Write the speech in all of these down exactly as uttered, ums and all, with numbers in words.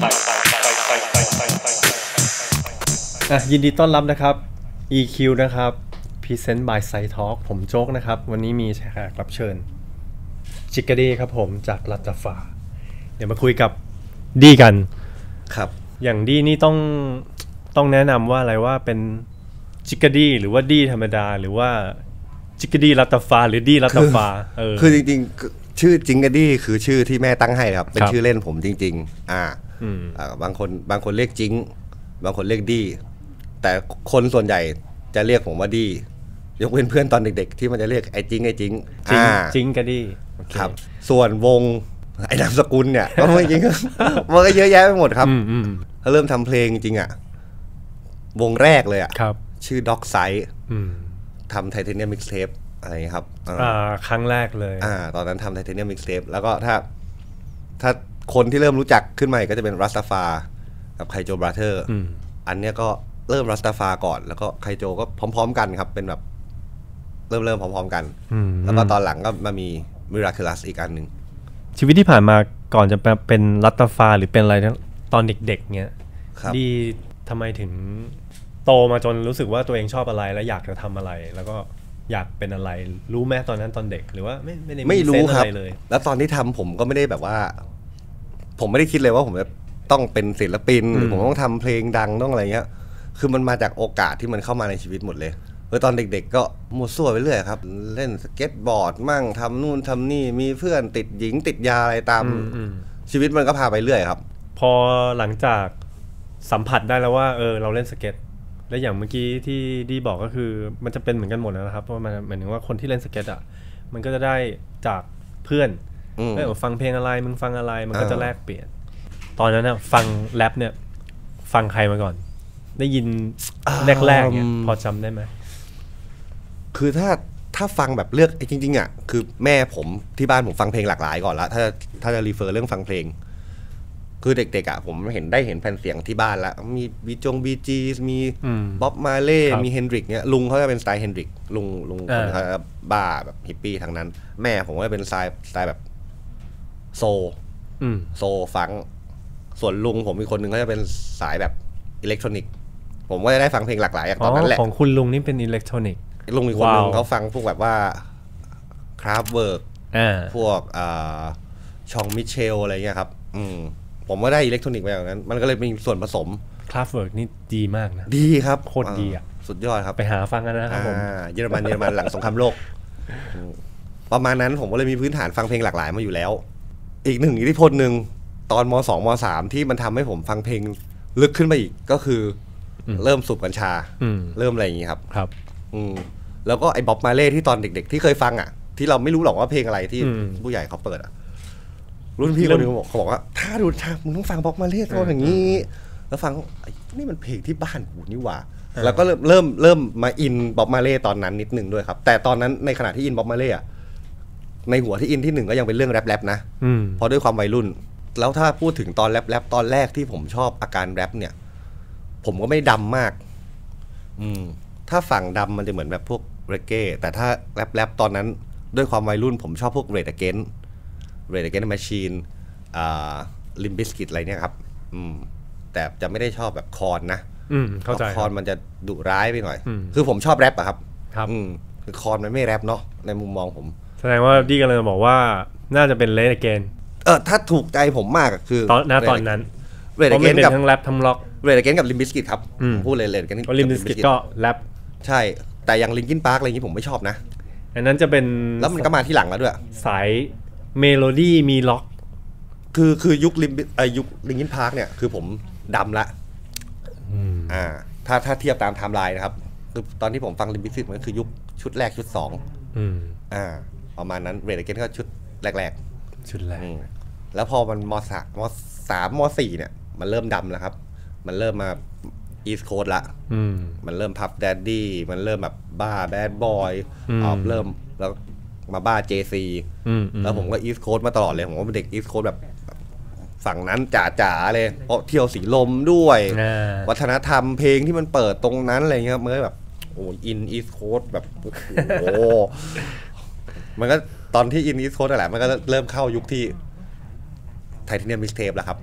อ่ะยินดีต้อนรับนะครับ อี คิว นะครับ Present by Side Talk ผมโจ๊กนะครับวันนี้มีแขกรับเชิญจิกกะดี้ครับผมจากลัตตาฟาเดี๋ยวมาคุยกับดีกันครับอย่างดีนี่ต้องต้องแนะนำว่าอะไรว่าเป็นจิกกะดี้หรือว่าดีธรรมดาหรือว่าจิกกะดี้ลัตตาฟาหรือดีลัตตาฟาเออคือจริงๆชื่อจิงกะดี้คือชื่อที่แม่ตั้งให้ครับเป็นชื่อเล่นผมจริงๆอ่าอ่าบางคนบางคนเรียกจิงบางคนเรียกดีแต่คนส่วนใหญ่จะเรียกผมว่าดียกเว้นเพื่อนตอนเด็กๆที่มันจะเรียกไอ้จิงไอ้จิงจิงจิงกะดี้ครับส่วนวงไอ้นามสกุลเนี่ยก็ไม่จริงมันก็เยอะแยะไปหมดครับถ้าเริ่มทำเพลงจริงอ่ะวงแรกเลยอ่ะชื่อด็อกไซด์ทำไทเทเนียมมิกซ์เทปอะไรครับอ่าครั้งแรกเลยอ่าตอนนั้นทำไทเทเนียมมิกซ์เทปแล้วก็ถ้าถ้าคนที่เริ่มรู้จักขึ้นมาก็จะเป็นรัสตาฟากับไคโจบราเธอร์อันเนี้ยก็เริ่มรัสตาฟาก่อนแล้วก็ไคโจก็พร้อมๆกันครับเป็นแบบเริ่มเริ่มพร้อมๆกันแล้วก็ตอนหลังก็มามีมิราคิลัสอีกอันหนึ่งชีวิตที่ผ่านมาก่อนจะเป็นรัสตาฟาหรือเป็นอะไรตอนเด็กๆเนี้ยดีทำไมถึงโตมาจนรู้สึกว่าตัวเองชอบอะไรแล้วอยากจะทำอะไรแล้วก็อยากเป็นอะไรรู้ไหมตอนนั้นตอนเด็กหรือว่าไม่ไม่ได้ไม่รู้ครับแล้วตอนที่ทำผมก็ไม่ได้แบบว่าผมไม่ได้คิดเลยว่าผมจะต้องเป็นศิลปินหรือผมต้องทำเพลงดังต้องอะไรเงี้ยคือมันมาจากโอกาสที่มันเข้ามาในชีวิตหมดเลยเออตอนเด็กๆก็มั่วซั่วไปเรื่อยครับเล่นสเก็ตบอร์ดมั่งทำนู่นทำนี่มีเพื่อนติดหญิงติดยาอะไรตามชีวิตมันก็พาไปเรื่อยครับพอหลังจากสัมผัสได้แล้วว่าเออเราเล่นสเก็ตและอย่างเมื่อกี้ที่ดีบอกก็คือมันจะเป็นเหมือนกันหมดนะครับเพราะมันหมายถึงว่าคนที่เล่นสเก็ตอ่ะมันก็จะได้จากเพื่อนเออฟังเพลงอะไรมึงฟังอะไรมันก็จะแลกเปลี่ยนตอนนั้นนะฟังแรปเนี่ยฟังใครมาก่อนได้ยินแรกๆเนี่ยพอจำได้ไหมคือถ้าถ้าฟังแบบเลือกจริงๆอ่ะคือแม่ผมที่บ้านผมฟังเพลงหลากหลายก่อนละถ้าถ้าจะรีเฟอร์เรื่องฟังเพลงคือเด็กๆอ่ะผมเห็นได้เห็นแผ่นเสียงที่บ้านแล้วมีบีจงบีจีมีบ๊อบมาเล่มีเฮนดริกเนี่ยลุงเขาจะเป็นสไตล์เฮนดริกลุงลุงคนเขาบ้าแบบฮิปปี้ทางนั้นแม่ผมก็เป็นสไตล์สไตล์แบบโซโซฟังส่วนลุงผมอีกคนนึงก็จะเป็นสายแบบอิเล็กทรอนิกส์ผมก็จะได้ฟังเพลงหลากหลายอย่างตอนนั้นแหละของคุณลุงนี่เป็นอิเล็กทรอนิกส์ลุงอีกคนนึงเขาฟังพวกแบบว่าคราฟเวิร์กพวกชองมิเชลอะไรเงี้ยครับอืมผมก็ได้อิเล็กทรอนิกส์มาอย่างนั้นมันก็เลยมีส่วนผสมคราฟเวิร์กนี่ดีมากนะดีครับโคตรดีอ่ะสุดยอดครับไปหาฟังกันนะครับผมเยอรมันเยอรมันหลังสงครามโลกประมาณนั้นผมก็เลยมีพื้นฐานฟังเพลงหลากหลายมาอยู่แล้วอีกหนึ่งอิทธิพลหนึ่งตอนม.สอง ม.สาม ที่มันทำให้ผมฟังเพลงลึกขึ้นมาอีกก็คือเริ่มสูบกัญชาเริ่มอะไรอย่างนี้ครับครับแล้วก็ไอ้บ๊อบมาเล่ที่ตอนเด็กๆที่เคยฟังอ่ะที่เราไม่รู้หรอกว่าเพลงอะไรที่ผู้ใหญ่เขาเปิดอ่ะรุ่นพี่คนนึงเขาบอกว่าถ้าดูถ้ามึงต้องฟังบ๊อบมาเล่ตอนอย่างนี้แล้วฟังนี่มันเพลงที่บ้านกูนี่หว่าแล้วก็เริ่มเริ่มเริ่มมาอินบ๊อบมาเล่ตอนนั้นนิดนึงด้วยครับแต่ตอนนั้นในขณะที่อินบ๊อบมาเล่อะในหัวที่อินที่หนึ่งก็ยังเป็นเรื่องแรปๆนะเพราะด้วยความวัยรุ่นแล้วถ้าพูดถึงตอนแรปๆตอนแรกที่ผมชอบอาการแรปเนี่ยผมก็ไม่ดำมากอืมถ้าฝั่งดำมันจะเหมือนแบบพวกเรเก้แต่ถ้าแรปๆตอนนั้นด้วยความวัยรุ่นผมชอบพวกเรดอะเกนเรดอะเกนแมชชีนอ่าลิมบิสกิตอะไรเนี่ยครับอืมแต่จะไม่ได้ชอบแบบคอนนะอืมเข้าใจคอนมันจะดุร้ายไปหน่อยคือผมชอบแรปอะครับครับอืมคือคอนมันไม่แรปเนาะในมุมมองผมแสดงว่าดีกันเลยบอกว่าน่าจะเป็นเรดอะเกนเออถ้าถูกใจผมมากคือตอนณตอนนั้นเรดอะเกนกับทั้งแรปทั้งล็อกเรดอะเกนกับลิมบิสกิตครับพูดเลยเรดอะเกนกับลิมบิสกิตก็แรปใช่แต่อย่างลิงคินพาร์คอะไรอย่างนี้ผมไม่ชอบนะอันนั้นจะเป็นแล้วมันก็มาที่หลังแล้วด้วยสายเมโลดี้มีล็อกคือคือยุคลิมเอ่อยุคลิงคินพาร์คเนี่ยคือผมดำละอ่าถ้าถ้าเทียบตามไทม์ไลน์นะครับคือตอนที่ผมฟังลิมบิสกิตมันคือยุคชุดแรกชุดสองอืมอ่าประมาณนั้นเรดอะเกนก็ชุดแรกๆชุดแรกแล้วพอมันมสามมสามมสี่เนี่ยมันเริ่มดำแล้วครับมันเริ่มมาอีสต์โคสต์ละมันเริ่มพับแดดดี้มันเริ่มแบบบ้าแบดบอยออกเริ่มแล้วมาบ้า เจ ซี แล้วผมก็อีสต์โคสต์มาตลอดเลยผมก็เป็นเด็กอีสต์โคสต์แบบฝั่งนั้นจ๋าๆเลยเพราะเที่ยวสีลมด้วยวัฒนธรรมเพลงที่มันเปิดตรงนั้นอะไรเงี้ยเมื่อแบบโอ้อินอีสต์โคสต์แบบโอ้มันก็ตอนที่อินอีสต์โคสต์นั่นแหละมันก็เริ่มเข้ายุคที่ไทเทเนียมมิกซ์เทปแล้วครับจ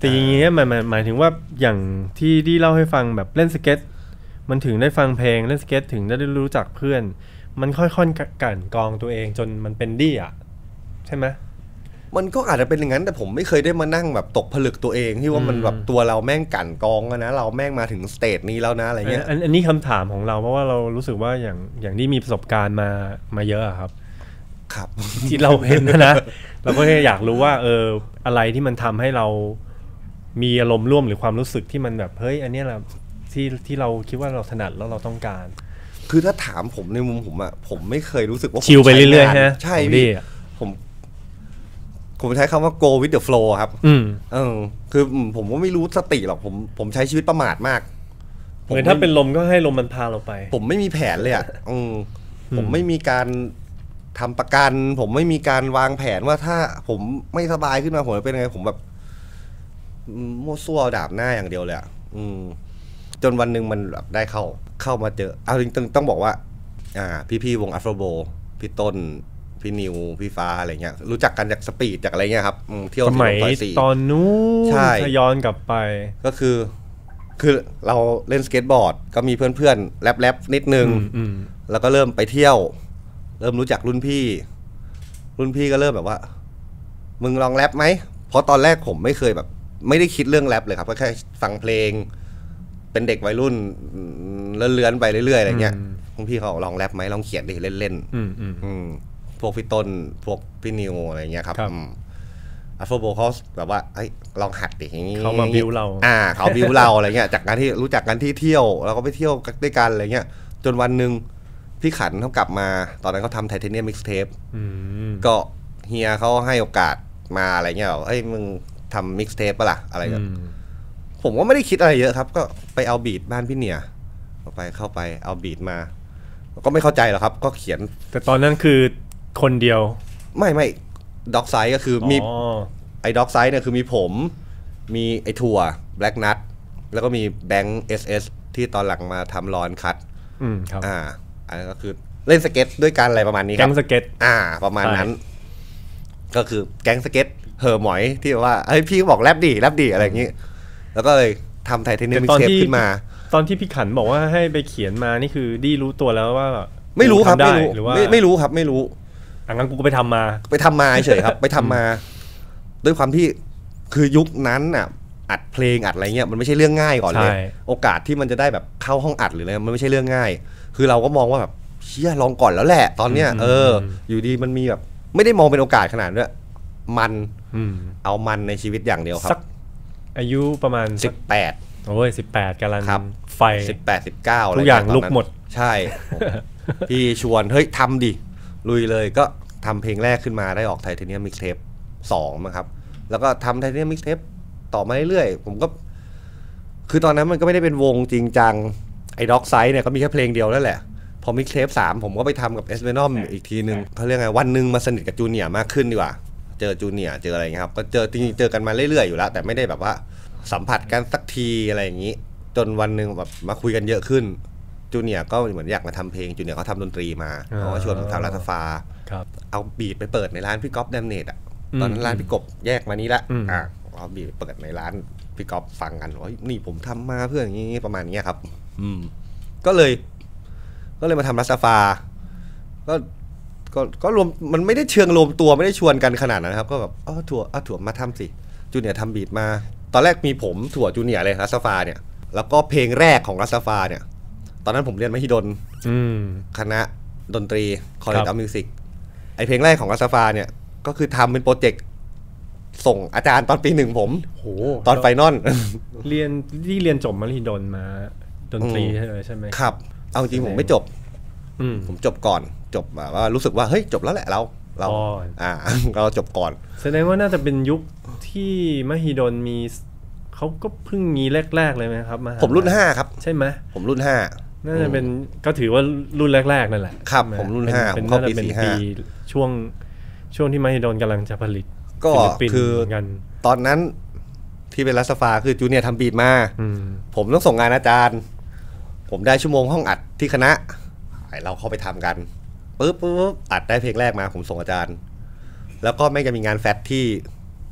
แต่อย่างเงี้ยหมายหมายถึงว่าอย่างที่ที่เล่าให้ฟังแบบเล่นสเก็ตมันถึงได้ฟังเพลงเล่นสเก็ตถึงได้รู้จักเพื่อนมันค่อยๆกั่นกรองตัวเองจนมันเป็นดี้อ่ะใช่ไหมมันก็อาจจะเป็นอย่างนั้นแต่ผมไม่เคยได้มานั่งแบบตกผลึกตัวเองที่ว่ามันแบบตัวเราแม่งกั่นกรองนะเราแม่งมาถึงสเตจนี้แล้วนะอะไรเงี้ยอันนี้คำถามของเราเพราะว่าเรารู้สึกว่าอย่างอย่างที่มีประสบการณ์มามาเยอะครับครับที่เราเห็นนะเราก็อยากรู้ว่าเอออะไรที่มันทำให้เรามีอารมณ์ร่วมหรือความรู้สึกที่มันแบบเฮ้ยอันนี้แหละที่ที่เราคิดว่าเราถนัดแล้วเราต้องการคือถ้าถามผมในมุมผมอะผมไม่เคยรู้สึกว่าชิลไปเรื่อยๆฮะใช่พี่ผมผมใช้คำว่า go with the flow ครับอืมเออคือผมก็ไม่รู้สติหรอกผมผมใช้ชีวิตประมาทมากเหมือนถ้าเป็นลมก็ให้ลมมันพาเราไปผมไม่มีแผนเลยอะอืมผมไม่มีการทำประกันผมไม่มีการวางแผนว่าถ้าผมไม่สบายขึ้นมาผมจะเป็นไงผมแบบมั่วซั่วดาบหน้าอย่างเดียวเลยอะอืมจนวันหนึ่งมันแบบได้เข้าเข้ามาเจอเอาจริงๆต้องบอกว่าอ่าพี่ๆวงอัฟโรโบพี่ต้นพี่นิวพี่ฟ้าอะไรเงี้ยรู้จักกันจากสปีดจากอะไรเงี้ยครับเที่ยวที่ซอยสี่ตอนนู้นใช่ย้อนกลับไปก็คือคือเราเล่นสเก็ตบอร์ดก็มีเพื่อนๆแรปๆนิดนึงแล้วก็เริ่มไปเที่ยวเริ่มรู้จักรุ่นพี่รุ่นพี่ก็เริ่มแบบว่ามึงลองแรปไหมเพราะตอนแรกผมไม่เคยแบบไม่ได้คิดเรื่องแรปเลยครับก็แค่ฟังเพลงเป็นเด็กวัยรุ่นเลื่อนๆไปเรื่อยๆอะไรเงี้ยรุ่นพี่เขาลองแรปไหมลองเขียนดิเล่นๆพวกพี่ต้นพวกพี่นิวอะไรเงี้ยครับอัฟโฟโบเขาแบบว่าเฮ้ยลองหัดดิอย่างงี้เขามาบิวเราอ่าเขาบิวเราอะไรเงี้ยจากการที่รู้จักกันที่เที่ยวแล้วก็ไปเที่ยวด้วยกันอะไรเงี้ยจนวันหนึ่งพี่ขันเขากลับมาตอนนั้นเขาทำไทเทเนียมมิกซ์เทปก็เฮียเขาให้โอกาสมาอะไรเงี้ยเฮ้ยมึงทำมิกซ์เทปปะล่ะอะไรเงี้ยผมก็ไม่ได้คิดอะไรเยอะครับก็ไปเอาบีทบ้านพี่เนียเข้าไปเข้าไปเอาบีทมาก็ไม่เข้าใจหรอกครับก็เขียนแต่ตอนนั้นคือคนเดียวไม่ไม่ด็อกไซด์ก็คือมีไอ้ด็อกไซด์เนี่ยคือมีผมมีไอ้ทัวร์แบล็กนัทแล้วก็มีแบงค์เอสเอสที่ตอนหลังมาทำรอนคัทอืมครับอ่าอันนั้นก็คือเล่นสเก็ตด้วยกันอะไรประมาณนี้ครับแก๊งสเก็ตอ่าประมาณนั้นก็คือแก๊งสเก็ตเห่อหมอยที่ว่าเฮ้ยพี่บอกแรปดีแรปดีอะไรอย่างนี้แล้วก็เลยทำไทเทเนียมมิกซ์เทปขึ้นมาตอนที่พี่ขันบอกว่าให้ไปเขียนมานี่คือดีรู้ตัวแล้วว่าไม่รู้ครับไม่รู้ไม่ไม่รู้ครับไม่รู้อันนั้นกูก็ไปทำมาไปทำมาเฉยครับไปทำมาด้วยความที่คือยุคนั้นอ่ะอัดเพลงอัดอะไรเงี้ยมันไม่ใช่เรื่องง่ายก่อนเลยโอกาสที่มันจะได้แบบเข้าห้องอัดหรืออะไรมันไม่ใช่เรื่องง่ายคือเราก็มองว่าแบบเชี่ยลองก่อนแล้วแหละตอนเนี้ยเอออยู่ดีมันมีแบบไม่ได้มองเป็นโอกาสขนาดด้วยมันเอามันในชีวิตอย่างเดียวครับอายุประมาณสิบแปดโอ้ยสิบแปดกำลังไฟสิบแปด สิบเก้าทุกอย่างลุกหมดใช่พี่ชวนเฮ้ยทำดิลุยเลยก็ทำเพลงแรกขึ้นมาได้ออกไทเทเนียมมิกซ์เทปสองมั้งครับแล้วก็ทำไทเทเนียมมิกซ์เทปต่อมาเรื่อยๆผมก็คือตอนนั้นมันก็ไม่ได้เป็นวงจริงจังไอ้ด็อกไซด์เนี่ยก็มีแค่เพลงเดียวนั่นแหละพอมิกซ์เทปสามผมก็ไปทำกับเอสเวนอมอีกทีนึงเขาเรียกไงวันหนึ่งมาสนิทกับจูเนียร์มากขึ้นดีกว่าเจอจูเนียร์เจออะไรเงี้ยครับก็เจอจริงๆเจอกันมาเรื่อยๆอยู่แล้วแต่ไม่ได้แบบว่าสัมผัสกันสักทีอะไรอย่างนี้จนวันหนึ่งแบบมาคุยกันเยอะขึ้นจูเนียร์ก็เหมือนอยากมาทำเพลงจูเนียร์เขาทำดนตรีมาเขาก็ชวนผมทำรัตฟาเอาบีทไปเปิดในร้านพี่ก๊อฟแดมเนตอ่ะตอนนั้นร้านพี่กบแยกมานี้ละอ่ะเอาบีทไปเปิดในร้านพี่ก๊อฟฟังกันว่านี่ผมทำมาเพื่ออย่างนี้ประมาณนี้ครับอืมก็เลยก็เลยมาทำรัตฟาก็ก็ก็รวมมันไม่ได้เชิงรวมตัวไม่ได้ชวนกันขนาดนั้นครับก็แบบอ๋อถั่วอ๋อถั่วมาทำสิจูเนียร์ทำบีทมาตอนแรกมีผมถั่วจูเนียร์เลยรัตฟาเนี่ยแล้วก็เพลงแรกของรัตฟาเนี่ยตอนนั้นผมเรียนมหิดลคณะดนตรี College of Music ไอเพลงแรกของรัตฟาเนี่ยก็คือทำเป็นโปรเจกต์ส่งอาจารย์ตอนปีหนึ่งผมตอนไฟนอลเรียนที่เรียนจบมหิดลมาดนตรีใช่ไหมครับเอาจริงผมไม่จบผมจบก่อนจบแบบว่ารู้สึกว่าเฮ้ยจบแล้วแหละเราเราอ่าเราจบก่อนแสดงว่าน่าจะเป็นยุคที่มหิดลมีเขาก็เพิ่งมีแรกๆเลยไหมครับผมรุ่นห้าครับใช่ไหมผมรุ่นห้าน่าจะเป็นก็ถือว่ารุ่นแรกๆนั่นแหละครับผมรุ่นห้าผมเข้าปีสี่ห้าช่วงช่วงที่มหิดลกำลังจะผลิตก็คือตอนนั้นที่เป็นรัตฟาคือจูเนียร์ทำบีทมาผมต้องส่งงานอาจารย์ผมได้ชั่วโมงห้องอัดที่คณะเราเข้าไปทำกันปุ๊บปุ๊บอัดได้เพลงแรกมาผมส่งอาจารย์แล้วก็ไม่จะมีงานแฟตที่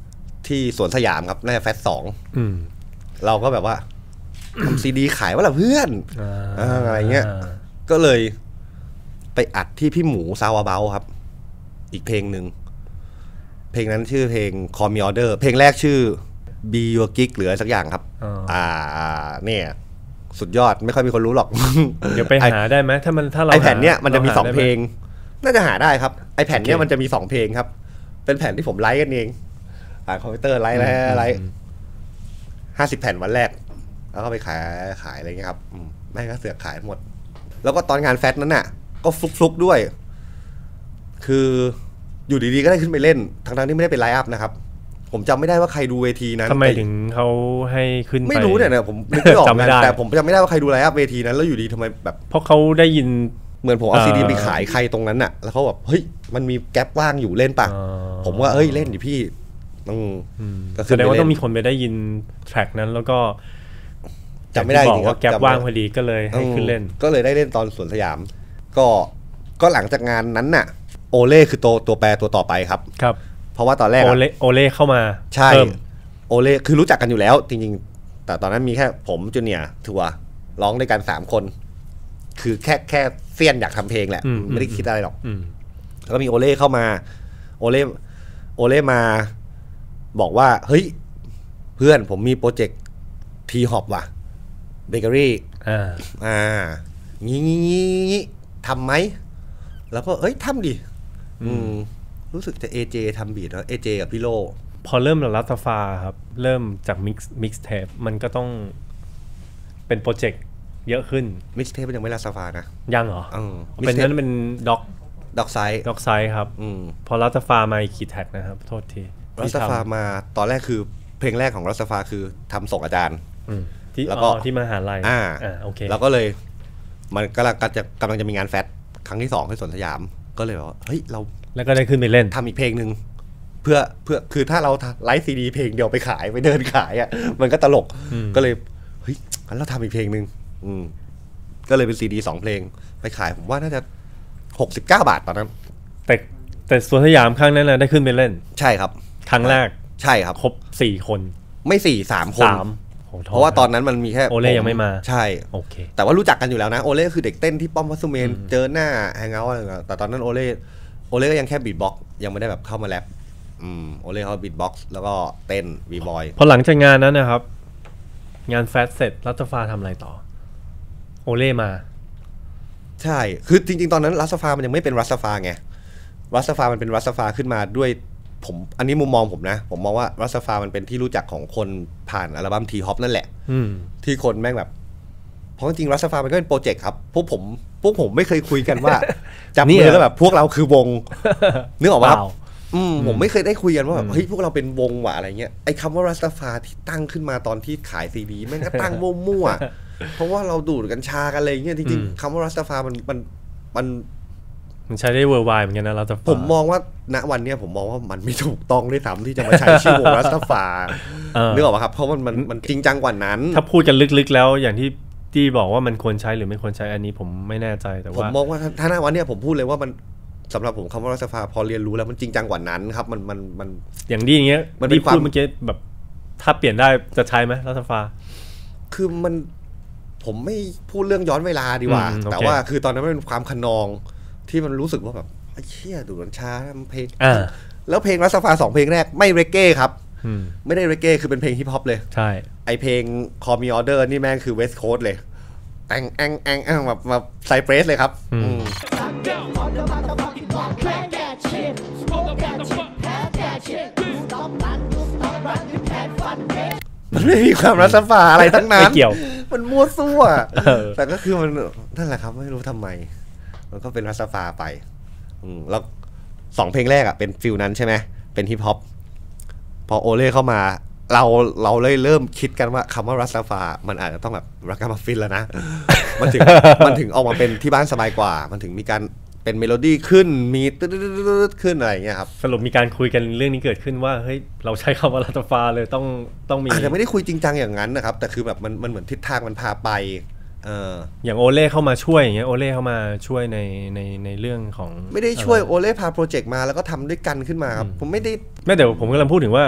ที่สวนสยามครับน่าจะแฟตสองอืมเราก็แบบว่าทำซีดีขายว่าล่ะเพื่อนอะไรเงี้ยก็เลยไปอัดที่พี่หมูซาวาเบลครับอีกเพลงหนึ่งเพลงนั้นชื่อเพลง Call Me Order เพลงแรกชื่อ Be Your Gig หรืออะไรสักอย่างครับอ่าเนี่ยสุดยอดไม่ค่อยมีคนรู้หรอกเดี๋ยวไปหาได้ไหมถ้ามันถ้าเราไอแผ่นเนี้ยมันจะมีสองเพลงน่าจะหาได้ครับไอแผ่นเนี้ยมันจะมีสองเพลงครับเป็นแผ่นที่ผมไลฟ์กันเองอ่านคอมพิวเตอร์ไลฟ์ไลฟ์ไลฟ์ห้าสิบแผ่นวันแรกแล้วก็ไปขายขายอะไรเงี้ยครับแม่งก็เสือกขายหมดแล้วก็ตอนงานแฟตนั้นน่ะก็ฟลุกๆด้วยคืออยู่ดีๆก็ได้ขึ้นไปเล่นทั้งๆที่ไม่ได้เป็นไลฟ์อัพนะครับผมจำไม่ได้ว่าใครดูเวทีนั้นทำไมถึงเขาให้ขึ้นไปไม่รู้เนี่ยนะผมนึกไม่ออกแต่ผมจำไม่ได้ว่าใครดูไลฟ์อัพเวทีนั้นแล้วอยู่ดีทำไมแบบเพราะเขาได้ยินเหมือนผมเอาซีดีไปขายใครตรงนั้นน่ะแล้วเขาแบบเฮ้ยมันมีแก๊ปว่างอยู่เล่นป่ะผมว่าเอ้ยเล่นดิพี่ต้องแสดงว่าต้องมีคนไปได้ยินแทร็กนั้นแล้วก็จำไม่ได้จริงว่าแก๊ปว่างพอดีก็เลยให้ขึ้นเล่นก็เลยได้เล่นตอนสวนสยามก็ก็หลังจากงานนั้นน่ะโอเล่คือตัวตัวแปรตัวต่อไปครับครับเพราะว่าตอนแรกโอเล่โอเล่เข้ามาใช่โอเล่คือรู้จักกันอยู่แล้วจริงๆแต่ตอนนั้นมีแค่ผมจูเนียร์ทัวร์ร้องด้วยกันสามคนคือแค่แค่เซียนอยากทำเพลงแหละไม่ได้คิดอะไรหรอกแล้วก็มีโอเล่เข้ามาโอเล่โอเล่มาบอกว่าเฮ้ยเพื่อนผมมีโปรเจกต์ทีฮอปว่ะเบเกอรี่อ่าอ่างี้งี้ทำไหมแล้วก็เอ้ยทำดิอืมรู้สึกจะ เอ เจ ทำบีทแล้ว เอ เจ กับพี่โลพอเริ่มรัสฟาครับเริ่มจากมิกซ์มิกซ์เทปมันก็ต้องเป็นโปรเจกต์เยอะขึ้นมิกซ์เทปมันยังไม่รัสฟานะยังเหรอเป็นนั้นเป็นด็อกด็อกไซด์ด็อกไซด์ครับพอรัสฟามาอีกกี่แท็กนะครับโทษทีรัสฟามาตอนแรกคือเพลงแรกของรัสฟาคือทำส่งอาจารย์แล้วก็ที่มหาลัยอ่าโอเคแล้วก็เลยมันกำลังจะกำลังจะมีงานแฟตครั้งที่สองที่สวนสยามก็เลยว่าเฮ้ยเราแล้วก็ได้ขึ้นไปเล่นทำอีกเพลงหนึ่งเพื่อเพื่อคือถ้าเราไลฟ์ซีดีเพลงเดียวไปขายไปเดินขายอ่ะมันก็ตลกก็เลยเฮ้ยงั้นเราทำอีกเพลงหนึ่งอืมก็เลยเป็นซีดีสองเพลงไปขายผมว่าน่าจะหกสิบเก้าบาทตอนนั้นแต่แต่สวนสยามครั้งนั้นนะได้ขึ้นไปเล่นใช่ครับครั้งแรกใช่ครับครบสี่คนไม่สี่สามคนเพราะว่าตอนนั้นมันมีแค่โอเล่ยังไม่มาใช่โอเคแต่ว่ารู้จักกันอยู่แล้วนะโอเล่คือเด็กเต้นที่ป้อมวัสเมนเจอหน้าแฮงเอาท์อะไรแต่ตอนนั้นโอเล่โอเล่ก็ยังแค่บีทบ็อกซ์ยังไม่ได้แบบเข้ามาแรปอืมโอเล่เขาบีทบ็อกซ์แล้วก็เต้นบีบอยพอหลังจากงานนั้นนะครับงานแฟตเสร็จรัสฟาทำอะไรต่อโอเล่มาใช่คือจริงๆตอนนั้นรัสฟามันยังไม่เป็นรัสฟาไงรัสฟามันเป็นรัสฟาขึ้นมาด้วยผมอันนี้มุมมองผมนะผมมองว่ารัสฟามันเป็นที่รู้จักของคนผ่านอัลบั้มทีฮอปนั่นแหละที่คนแม่งแบบเพราะจริงรัสฟามันก็เป็นโปรเจกต์ครับพวกผมพวกผมไม่เคยคุยกันว่าจับมือแล้วแบบพวกเราคือวงนึกออกป่ะอืมผมไม่เคยได้คุยกันว่าแบบเฮ้ยพวกเราเป็นวงว่ะอะไรเงี้ยไอ้คำว่ารัสฟาที่ตั้งขึ้นมาตอนที่ขายซีดีแม่งก็ตั้งมั่วๆเพราะว่าเราดูดกัญชากันอะไรเงี้ยจริงๆคำว่ารัสฟามันมันมันมันใช้ได้เวอร์ไวเหมือนกันนะรัสฟาผมมองว่าณวันนี้ผมมองว่ามันไม่ถูกต้องด้วยซ้ำที่จะมาใช้ชื่อวงรัสฟานึกออกป่ะครับเพราะมันมันมันจริงจังกว่านั้นถ้าพูดกันลึกๆแล้วอย่างที่ที่บอกว่ามันควรใช้หรือไม่ควรใช้อันนี้ผมไม่แน่ใจแต่ว่าผมมองว่าถ้าณวันนี้ผมพูดเลยว่ามันสำหรับผมคำว่ารัสฟาพอเรียนรู้แล้วมันจริงจังกว่านั้นครับมันมันมันอย่างดีอย่างเงี้ยมันที่พูดเมื่อกี้แบบถ้าเปลี่ยนได้จะใช้ไหมรัสฟาคือมันผมไม่พูดเรื่องย้อนเวลาดีกว่าแต่ว่าคือตอนนั้นมันเป็นความขนองที่มันรู้สึกว่าแบบไอ้เชี่ยดูดช้าเพลงแล้วเพลงรัสฟาสองเพลงแรกไม่เรเก้ครับไม่ได้เรเก้คือเป็นเพลงฮิปฮอปเลยใช่ไอเพลง Call Me Order นี่แม่งคือเวสต์โคสต์เลยแองแองแองแองแบบแบบไซเปรสเลยครับมันไม่มีความรัสฟาอะไรทั้งนั้นไม่เกี่ยวมันมั่วซั่วแต่ก็คือมันนั่นแหละครับไม่รู้ทำไมมันก็เป็นรัสฟาไปแล้วสองเพลงแรกอ่ะเป็นฟิลนั้นใช่ไหมเป็นฮิปฮอปพอโอเล่เข้ามาเราเราเลยเริ่มคิดกันว่าคำว่ารัสฟามันอาจจะต้องแบบรักกัมฟินแล้วนะมันถึงมันถึงออกมาเป็นที่บ้านสบายกว่ามันถึงมีการเป็นเมโลดี้ขึ้นมีตึ๊ดๆขึ้นอะไรอย่างเงี้ยครับสรุปมีการคุยกันเรื่องนี้เกิดขึ้นว่าเฮ้ยเราใช้คำว่ารัสฟาเลยต้องต้องมีอาจจะไม่ได้คุยจริงจังอย่างนั้นนะครับแต่คือแบบมันมันเหมือนทิศทางมันพาไปเอออย่างโอเล่เข้ามาช่วยอย่างเงี้ยโอเล่เข้ามาช่วยในในในเรื่องของไม่ได้ช่วยโอเล่พาโปรเจกต์มาแล้วก็ทำด้วยกันขึ้นมาครับผมไม่ได้ไม่เดี๋ยวผมกำลังพูดถึงว่า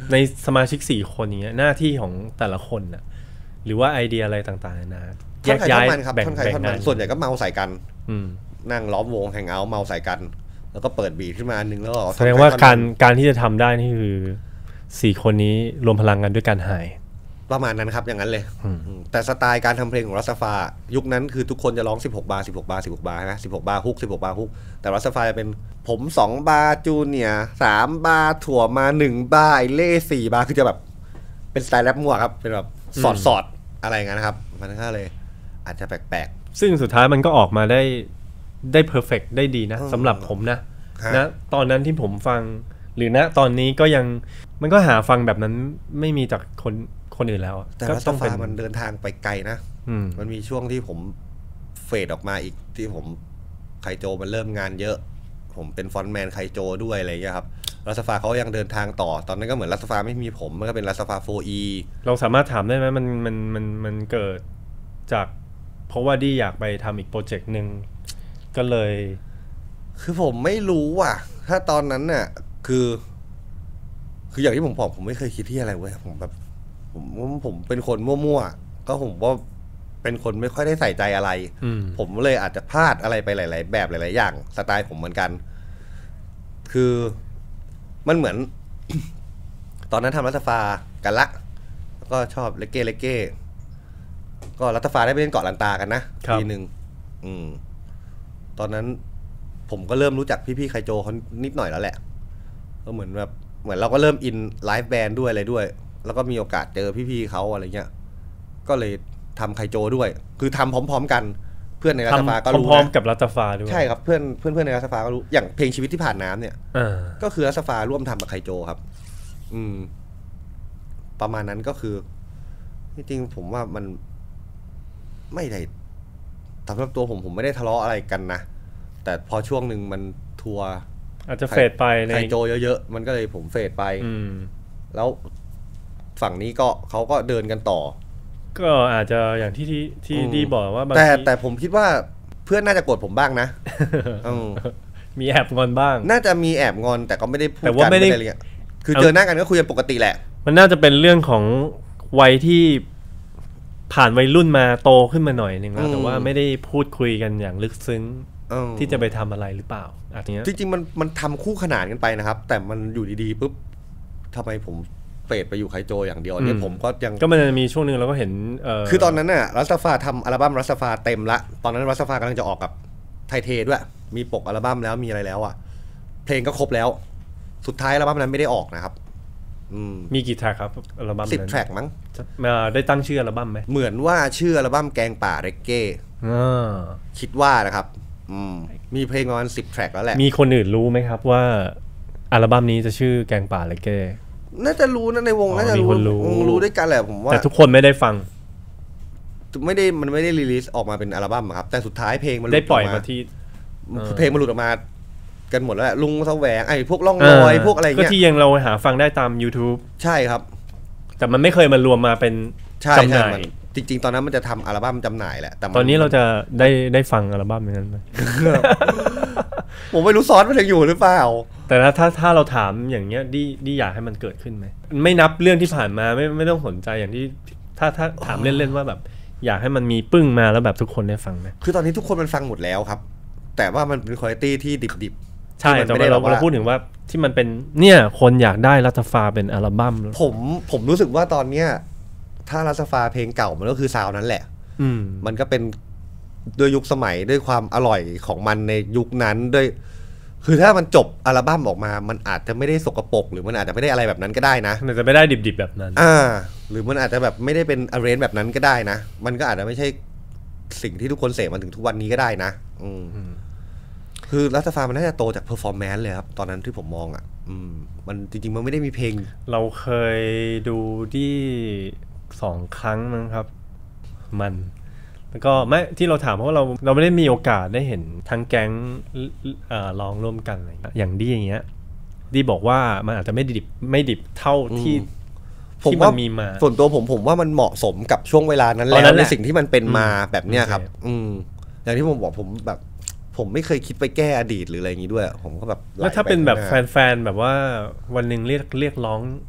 ในสมาชิกสี่คนอย่างเงี้ยหน้าที่ของแต่ละคนน่ะหรือว่าไอเดียอะไรต่างๆนะแยกย้ายแบ่งแบ่งงานส่วนใหญ่ก็เมาใส่กันอืมนั่งล้อมวงแฮงเอาท์เมาใส่กันแล้วก็เปิดบีทขึ้นมานึงแล้วแสดงว่าการการที่จะทำได้นี่คือสี่คนนี้รวมพลังกันด้วยการหายประมาณนั้นครับอย่างนั้นเลยแต่สไตล์การทำเพลงของรัสฟายุคนั้นคือทุกคนจะร้องสิบหกบาร์สิบหกบาร์สิบหกบาร์ใช่ไหมสิบหกบาร์ฮุกสิบหกบาร์ฮุกแต่รัสฟาจะเป็นผมสองบาร์จูเนียร์สามบาร์ถั่วมาหนึ่งบาร์เล่สี่บาร์คือจะแบบเป็นสไตล์แรปมั่วครับเป็นแบบสอดสอดอะไรอย่างนั้นครับมันก็เลยอาจจะแปลกๆซึ่งสุดท้ายมันก็ออกมาได้ได้เพอร์เฟกต์ได้ดีนะสำหรับผมนะนะตอนนั้นที่ผมฟังหรือณตอนนี้ก็ยังมันก็หาฟังแบบนั้นไม่มีจากคนคนอื่นแล้วแต่รัสฟามันเดินทางไปไกลนะมันมีช่วงที่ผมเฟดออกมาอีกที่ผมไคโจมันเริ่มงานเยอะผมเป็นฟอนต์แมนไคโจด้วยอะไรอย่างเงี้ยครับรัสฟาเขายังเดินทางต่อตอนนั้นก็เหมือนรัสฟาไม่มีผมมันก็เป็นรัสฟา โฟร์ อีเราสามารถถามได้ไหมมันมันมันมันเกิดจากเพราะว่าดี้อยากไปทำอีกโปรเจกต์หนึ่งก็เลยคือผมไม่รู้ว่ะถ้าตอนนั้นน่ะคือคืออย่างที่ผมบอกผมไม่เคยคิดที่อะไรเว้ยผมแบบผมผมเป็นคนมั่วๆก็ผมว่าเป็นคนไม่ค่อยได้ใส่ใจอะไรผมเลยอาจจะพลาดอะไรไปหลายๆแบบหลายๆอย่างสไตล์ผมเหมือนกันคือมันเหมือน ตอนนั้นทำรัตฟากันละแล้วก็ชอบเลเก้เลเก้ก็รัตฟาได้ไปเล่นเกาะลันตากันนะทีหนึ่งอืมตอนนั้นผมก็เริ่มรู้จักพี่ๆไคโจเขานิดหน่อยแล้วแหละก็เหมือนแบบเหมือนเราก็เริ่มอินไลฟ์แบนด์ด้วยอะไรด้วยแล้วก็มีโอกาสเจอพี่ๆเขาอะไรเงี้ยก็เลยทำไคโจด้วยคือทำพร้อมๆกันเพื่อนในรัตฟาก็รู้พร้อมๆกับรัตฟาด้วยใช่ครับเพื่อนเพื่อนๆในรัตฟาก็รู้อย่างเพลงชีวิตที่ผ่านน้ำเนี่ยก็คือรัตฟาร่วมทำกับไคโจครับอืมประมาณนั้นก็คือจริงๆผมว่ามันไม่ได้สำหรับตัวผมผมไม่ได้ทะเลาะอะไรกันนะแต่พอช่วงหนึ่งมันทัวร์อาจจะเฟดไปในไคโจเยอะๆมันก็เลยผมเฟดไปแล้วฝั่งนี้ก็เขาก็เดินกันต่อก็อาจจะอย่างที่ที่ที่ดีบอกว่าบางทีแต่แต่ผมคิดว่าเพื่อนน่าจะโกรธผมบ้างนะมีแอบงอนบ้างน่าจะมีแอบงอนแต่ก็ไม่ได้พูดกันไม่ได้คือเจอหน้ากันก็คุยกันปกติแหละมันน่าจะเป็นเรื่องของวัยที่ผ่านวัยรุ่นมาโตขึ้นมาหน่อยนึงแล้วแต่ว่าไม่ได้พูดคุยกันอย่างลึกซึ้งที่จะไปทำอะไรหรือเปล่าอาจจะจริงๆมันมันทำคู่ขนานกันไปนะครับแต่มันอยู่ดีๆปุ๊บทำไมผมเฟดไปอยู่ไคโจอย่างเดียวเนี่ยผมก็ยังก็มันจะมีช่วงนึงเราก็เห็นคือตอนนั้นน่ะรัสฟาทำอัลบั้มรัสฟาเต็มละตอนนั้นรัสฟากำลังจะออกกับไทเทด้วยมีปกอัลบั้มแล้วมีอะไรแล้วอ่ะเพลงก็ครบแล้วสุดท้ายอัลบั้มนั้นไม่ได้ออกนะครับมีกี่แทร็กครับอัลบั้มสิบแทร็กมั้งได้ตั้งชื่ออัลบั้มไหมเหมือนว่าชื่ออัลบั้มแกงป่าเรกเก้คิดว่านะครับมีเพลงประมาณสิบแทร็กแล้วแหละมีคนอื่นรู้ไหมครับว่าอัลบั้มนี้จะชื่อแกงป่าเรกเก้น่าจะรู้นะในวงน่าจะรู้รู้ด้วยกันแหละผมว่าแต่ทุกคนไม่ได้ฟังไม่ได้มันไม่ได้รีลีสออกมาเป็นอัลบั้มครับแต่สุดท้ายเพลงมันได้ปล่อยมาที่เพลงมันหลุดออกมากันหมดแล้วแหละลุงแสวงไอ้พวกล่องลอยพวกอะไรเงี้ยก็ที่ยังเราหาฟังได้ตาม YouTube ใช่ครับแต่มันไม่เคยมารวมมาเป็นจำหน่ายจริงๆตอนนั้นมันจะทำอัลบั้มจำหน่ายแหละแต่ตอนนี้เราจะได้ได้ฟังอัลบั้มนั้นไหมผมไม่รู้ซอสมันยังอยู่หรือเปล่าแต่ถ้าถ้าถ้าเราถามอย่างเงี้ยดีดีอยากให้มันเกิดขึ้นไหมไม่นับเรื่องที่ผ่านมาไม่ไม่ต้องสนใจอย่างที่ถ้าถ้าถามเล่นๆว่าแบบอยากให้มันมีปึ้งมาแล้วแบบทุกคนได้ฟังไหมคือตอนนี้ทุกคนมันฟังหมดแล้วครับแต่ว่ามันเป็นคุณภาพที่ดิบใช่แต่เราเราพูดถึงว่าที่มันเป็นเนี่ยคนอยากได้รัตฟาเป็นอัลบั้มผมผมรู้สึกว่าตอนเนี้ยถ้ารัตฟาเพลงเก่ามันก็คือซาวนั้นแหละมันก็เป็นด้วยยุคสมัยด้วยความอร่อยของมันในยุคนั้นด้วยคือถ้ามันจบอัลบั้มออกมามันอาจจะไม่ได้สกปรกหรือมันอาจจะไม่ได้อะไรแบบนั้นก็ได้นะมันจะไม่ได้ดิบๆแบบนั้นอ่าหรือมันอาจจะแบบไม่ได้เป็นอาร์เรนจ์แบบนั้นก็ได้นะมันก็อาจจะไม่ใช่สิ่งที่ทุกคนเสพมาถึงทุกวันนี้ก็ได้นะอืมคือรัตฟามันน่าจะโตจากเพอร์ฟอร์แมนซ์เลยครับตอนนั้นที่ผมมองอ่ะอืมมันจริงๆมันไม่ได้มีเพลงเราเคยดูที่สองครั้งมั้งครับมันแล้วก็ไม่ที่เราถามเพราะว่าเราเราไม่ได้มีโอกาสได้เห็นทั้งแก๊งร้องร่วมกันอะไรอย่างดีอย่างเงี้ยดีบอกว่ามันอาจจะไม่ดิบไม่ดิบเท่าที่ที่มันมีมาส่วนตัวผมผมว่ามันเหมาะสมกับช่วงเวลานั้นแล้วในสิ่งที่มันเป็นมาแบบเนี้ยครับอืมอย่างที่ผมบอกผมแบบผมไม่เคยคิดไปแก้อดีตหรืออะไรอย่างนี้ด้วยผมก็แบบแล้วถ้าเป็นแบบแฟนๆแบบว่าวันหนึ่งเรียกเรียกร้อง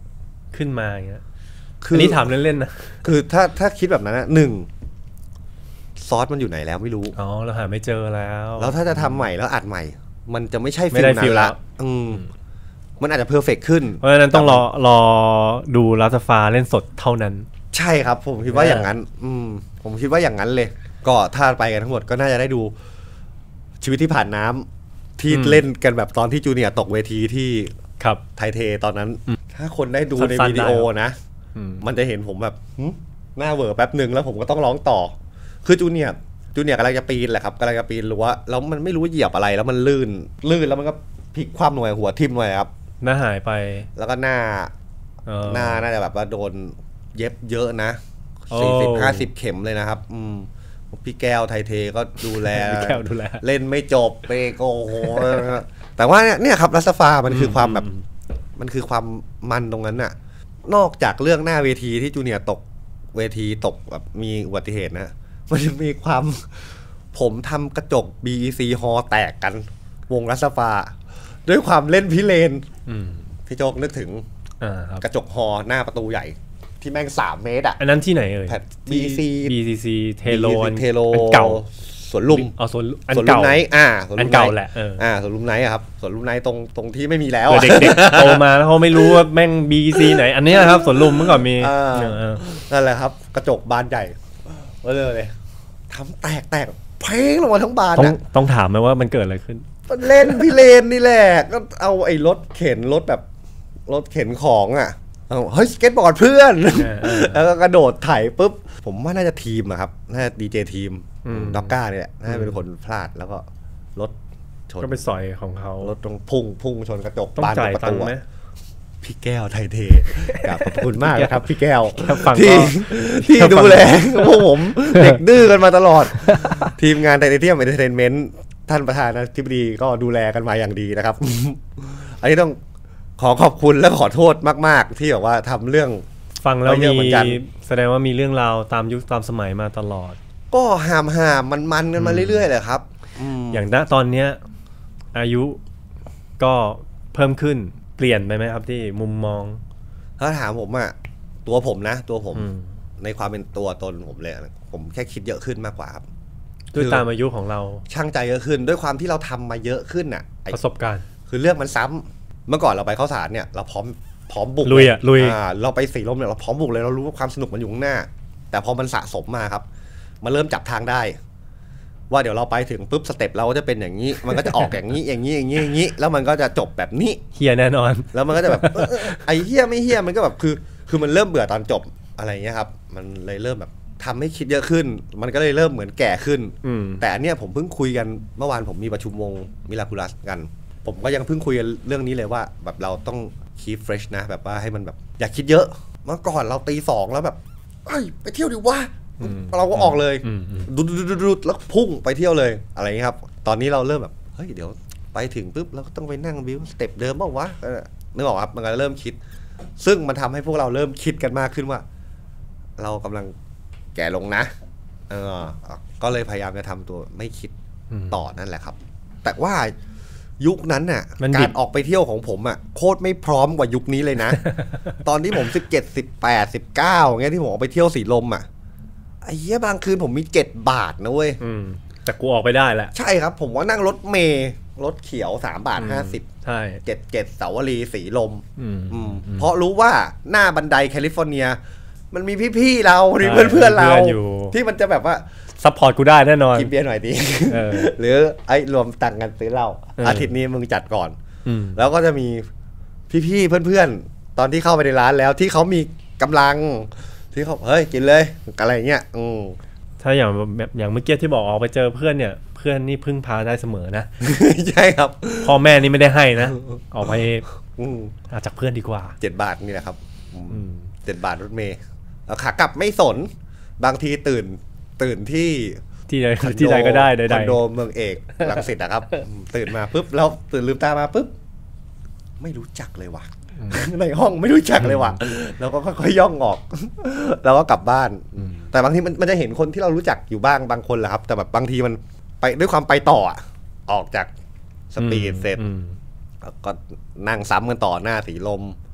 ขึ้นมาอย่างเงี้ยอันนี้ถามเล่นๆนะคือถ้าถ้าคิดแบบนั้นนะหนึ่งซอสมันอยู่ไหนแล้วไม่รู้อ๋อเราหาไม่เจอแล้วแล้วถ้าจะทำใหม่แล้วอัดใหม่มันจะไม่ใช่ฟิลนั้นละอืมมันอาจจะเพอร์เฟกต์ขึ้นเพราะฉะนั้นต้องรอรอดูลาซาฟาเล่นสดเท่านั้นใช่ครับผมคิดว่าอย่างนั้นอืมผมคิดว่าอย่างนั้นเลยก็ถ้าไปกันทั้งหมดก็น่าจะได้ดูชีวิตที่ผ่านน้ำที่เล่นกันแบบตอนที่จูเนียร์ตกเวทีที่ไทเทตอนนั้นถ้าคนได้ดูในวิดีโอนะมันจะเห็นผมแบบหน้าเวอร์แป๊บหนึ่งแล้วผมก็ต้องร้องต่อคือจูเนียร์จูเนียร์กำลังจะปีนแหละครับกำลังจะปีนรั้วแล้วมันไม่รู้เหยียบอะไรแล้วมันลื่นลื่นแล้วมันก็พลิกคว่ำหน่วยหัวทิ่มหน่วยครับหน้าหายไปแล้วก็หน้าหน้าน่าจะแบบว่าโดนเย็บเยอะนะสี่สิบห้าสิบเข็มเลยนะครับอืมพี่แก้วไทเทก็ดูแลเล่นไม่จบเปโกโหแต่ว่าเนี่ยครับรัสฟามันคือความแบบมันคือความมันตรงนั้นน่ะนอกจากเรื่องหน้าเวทีที่จูเนียร์ตกเวทีตกแบบมีอุบัติเหตุนะมันจะมีความผมทำกระจก บี อี ซี ฮอแตกกันวงรัสฟาด้วยความเล่นพิเรนพี่โจกนึกถึงกระจกฮอหน้าประตูใหญ่ที่แม่งสามเมตรอ่ะอันนั้นที่ไหนเอ่ยบี อี ซีบี ซี ซี เทโลอันเก่าสวนลุมอ๋อสวนอันเก่าอ่าอันเก่าแหละเอออ่าสวนลุมไนท์ครับสวนลุมไนท์ตรงตรงที่ไม่มีแล้วเด็กๆโตมาแล้วเขาไม่รู้ว่าแม่ง บี ซี ไหนอันนี้ครับสวนลุมเมื่อก่อนมีนั่นแหละครับกระจกบานใหญ่เลยเลยทำแตกแตกเพลงลงมาทั้งบานต้องต้องถามไหมว่ามันเกิดอะไรขึ้นเล่นพี่เลนนี่แหละก็เอาไอ้รถเข็นรถแบบรถเข็นของอ่ะเฮ้ยสเก็ตบอร์ดเพื่อนแล้วก็กระโดดไถปุ๊บผมว่าน่าจะทีมอะครับน่าจะดีเจทีมด็อกก้าเนี่ยน่าจะเป็นคนพลาดแล้วก็รถชนก็ไปสอยของเขารถตรงพุ่งพุ่งชนกระจกบานประตูพี่แก้วไทเทขอบคุณมากนะครับพี่แก้วที่ที่ดูแลพวกผมเด็กดื้อกันมาตลอดทีมงานไทเทเอนเตอร์เทนเมนต์ท่านประธานาธิบดีก็ดูแลกันมาอย่างดีนะครับอันนี้ต้องขอขอบคุณและขอโทษมากๆที่แบบว่าทำเรื่องฟังแล้วมีแสดงว่ามีเรื่องราวตามยุคตามสมัยมาตลอดก็หามหามมันมันกันมาเรื่อยๆเลยครับอย่างณตอนเนี้ยอายุก็เพิ่มขึ้นเปลี่ยนไปไหมครับที่มุมมองถ้าถามผมอะตัวผมนะตัวผมในความเป็นตัวตนผมเลยผมแค่คิดเยอะขึ้นมากกว่าครับด้วยตามอายุของเราช่างใจเยอะขึ้นด้วยความที่เราทำมาเยอะขึ้นอะประสบการณ์คือเรื่องมันซ้ำเมื่อก่อนเราไปเข้าสารเนี่ยเราพร้อมพร้อมบุกลุยอ่ะลุยเราไปสีลมเนี่ยเราพร้อมบุกเลยเรารู้ว่าความสนุกมันอยู่ข้างหน้าแต่พอมันสะสมมาครับมันเริ่มจับทางได้ว่าเดี๋ยวเราไปถึงปุ๊บสเต็ปเราก็จะเป็นอย่างนี้มันก็จะออกอย่างนี้อย่างนี้อย่างนี้อย่างนี้แล้วมันก็จะจบแบบนี้เฮียแน่นอนแล้วมันก็จะแบบไอ้เฮียไม่เฮียมันก็แบบคือคือมันเริ่มเบื่อตอนจบอะไรเงี้ยครับมันเลยเริ่มแบบทำให้คิดเยอะขึ้นมันก็เลยเริ่มเหมือนแก่ขึ้นแต่อันเนี้ยผมเพิ่งคุยกันเมื่อวานผมมีประชุมวงมิลาคูลัสกันผมก็ยังเพิ่งคุยกันเรื่องนี้เลยว่าแบบเราต้อง keep fresh นะแบบว่าให้มันแบบอย่าคิดเยอะเมื่อก่อนเราตีสองแล้วแบบเอ้ยไปเที่ยวดิวะเราก็ออกเลยดุดๆแล้วพุ่งไปเที่ยวเลยอะไรอย่างนี้ครับตอนนี้เราเริ่มแบบเฮ้ยเดี๋ยวไปถึงปุ๊บเราก็ต้องไปนั่งบิวสเต็ปเดิมบ้างวะนึกออกครับมันก็เริ่มคิดซึ่งมันทำให้พวกเราเริ่มคิดกันมากขึ้นว่าเรากำลังแก่ลงนะเออก็เลยพยายามจะทำตัวไม่คิดต่อนั่นแหละครับแต่ว่ายุคนั้นน่ะการออกไปเที่ยวของผมอ่ะโคตรไม่พร้อมกว่ายุคนี้เลยนะ ตอนที่ผมสิบเจ็ด สิบแปด สิบเก้าเงี้ยที่ผมออกไปเที่ยวสีลมอ่ะไอ้เหี้ยบางคืนผมมีเจ็ดบาทนะเว้ยแต่กูออกไปได้แหละใช่ครับผมว่านั่งรถเมล์รถเขียวสามบาทห้าสิบใช่เจ็ดเจ็ดเสาวรีสีลมเพราะรู้ว่าหน้าบันไดแคลิฟอร์เนียมันมีพี่ๆเรามีเพื่อนๆเราที่มันจะแบบว่าซัพพอร์ตกูได้แน่นอนกินเบียร์หน่อยดิหรือไอ้รวมตังค์กันซื้อเหล้าอาทิตย์นี้มึงจัดก่อนแล้วก็จะมีพี่ๆเพื่อนๆตอนที่เข้าไปในร้านแล้วที่เขามีกำลังที่เขาเฮ้ยกินเลยอะไรเงี้ยถ้าอย่างแบบอย่างเมื่อกี้ที่บอกออกไปเจอเพื่อนเนี่ยเพื่อนนี่พึ่งพาได้เสมอนะใช่ครับพ่อแม่นี่ไม่ได้ให้นะออกไปอาจากเพื่อนดีกว่าเจ็ดบาทนี่แหละครับเจ็ดบาทรถเมล์ขากลับไม่สนบางทีตื่นตื่นที่ที่ใดที่ใดก็ได้ใดๆคอนโดเมืองเอกรังสิตนะครับตื่นมาปุ๊บแล้วตื่นลืมตามาปุ๊บไม่รู้จักเลยว่ะในห้องไม่รู้จักเลยว่ะแล้วก็ค่อยๆย่องออกแล้วก็กลับบ้านแต่บางทีมันมันจะเห็นคนที่เรารู้จักอยู่บ้างบางคนแหละครับแต่แบบบางทีมันไปด้วยความไปต่อออกจากสปีดเสร็จก็นั่งซ้ำกันต่อหน้าสีลม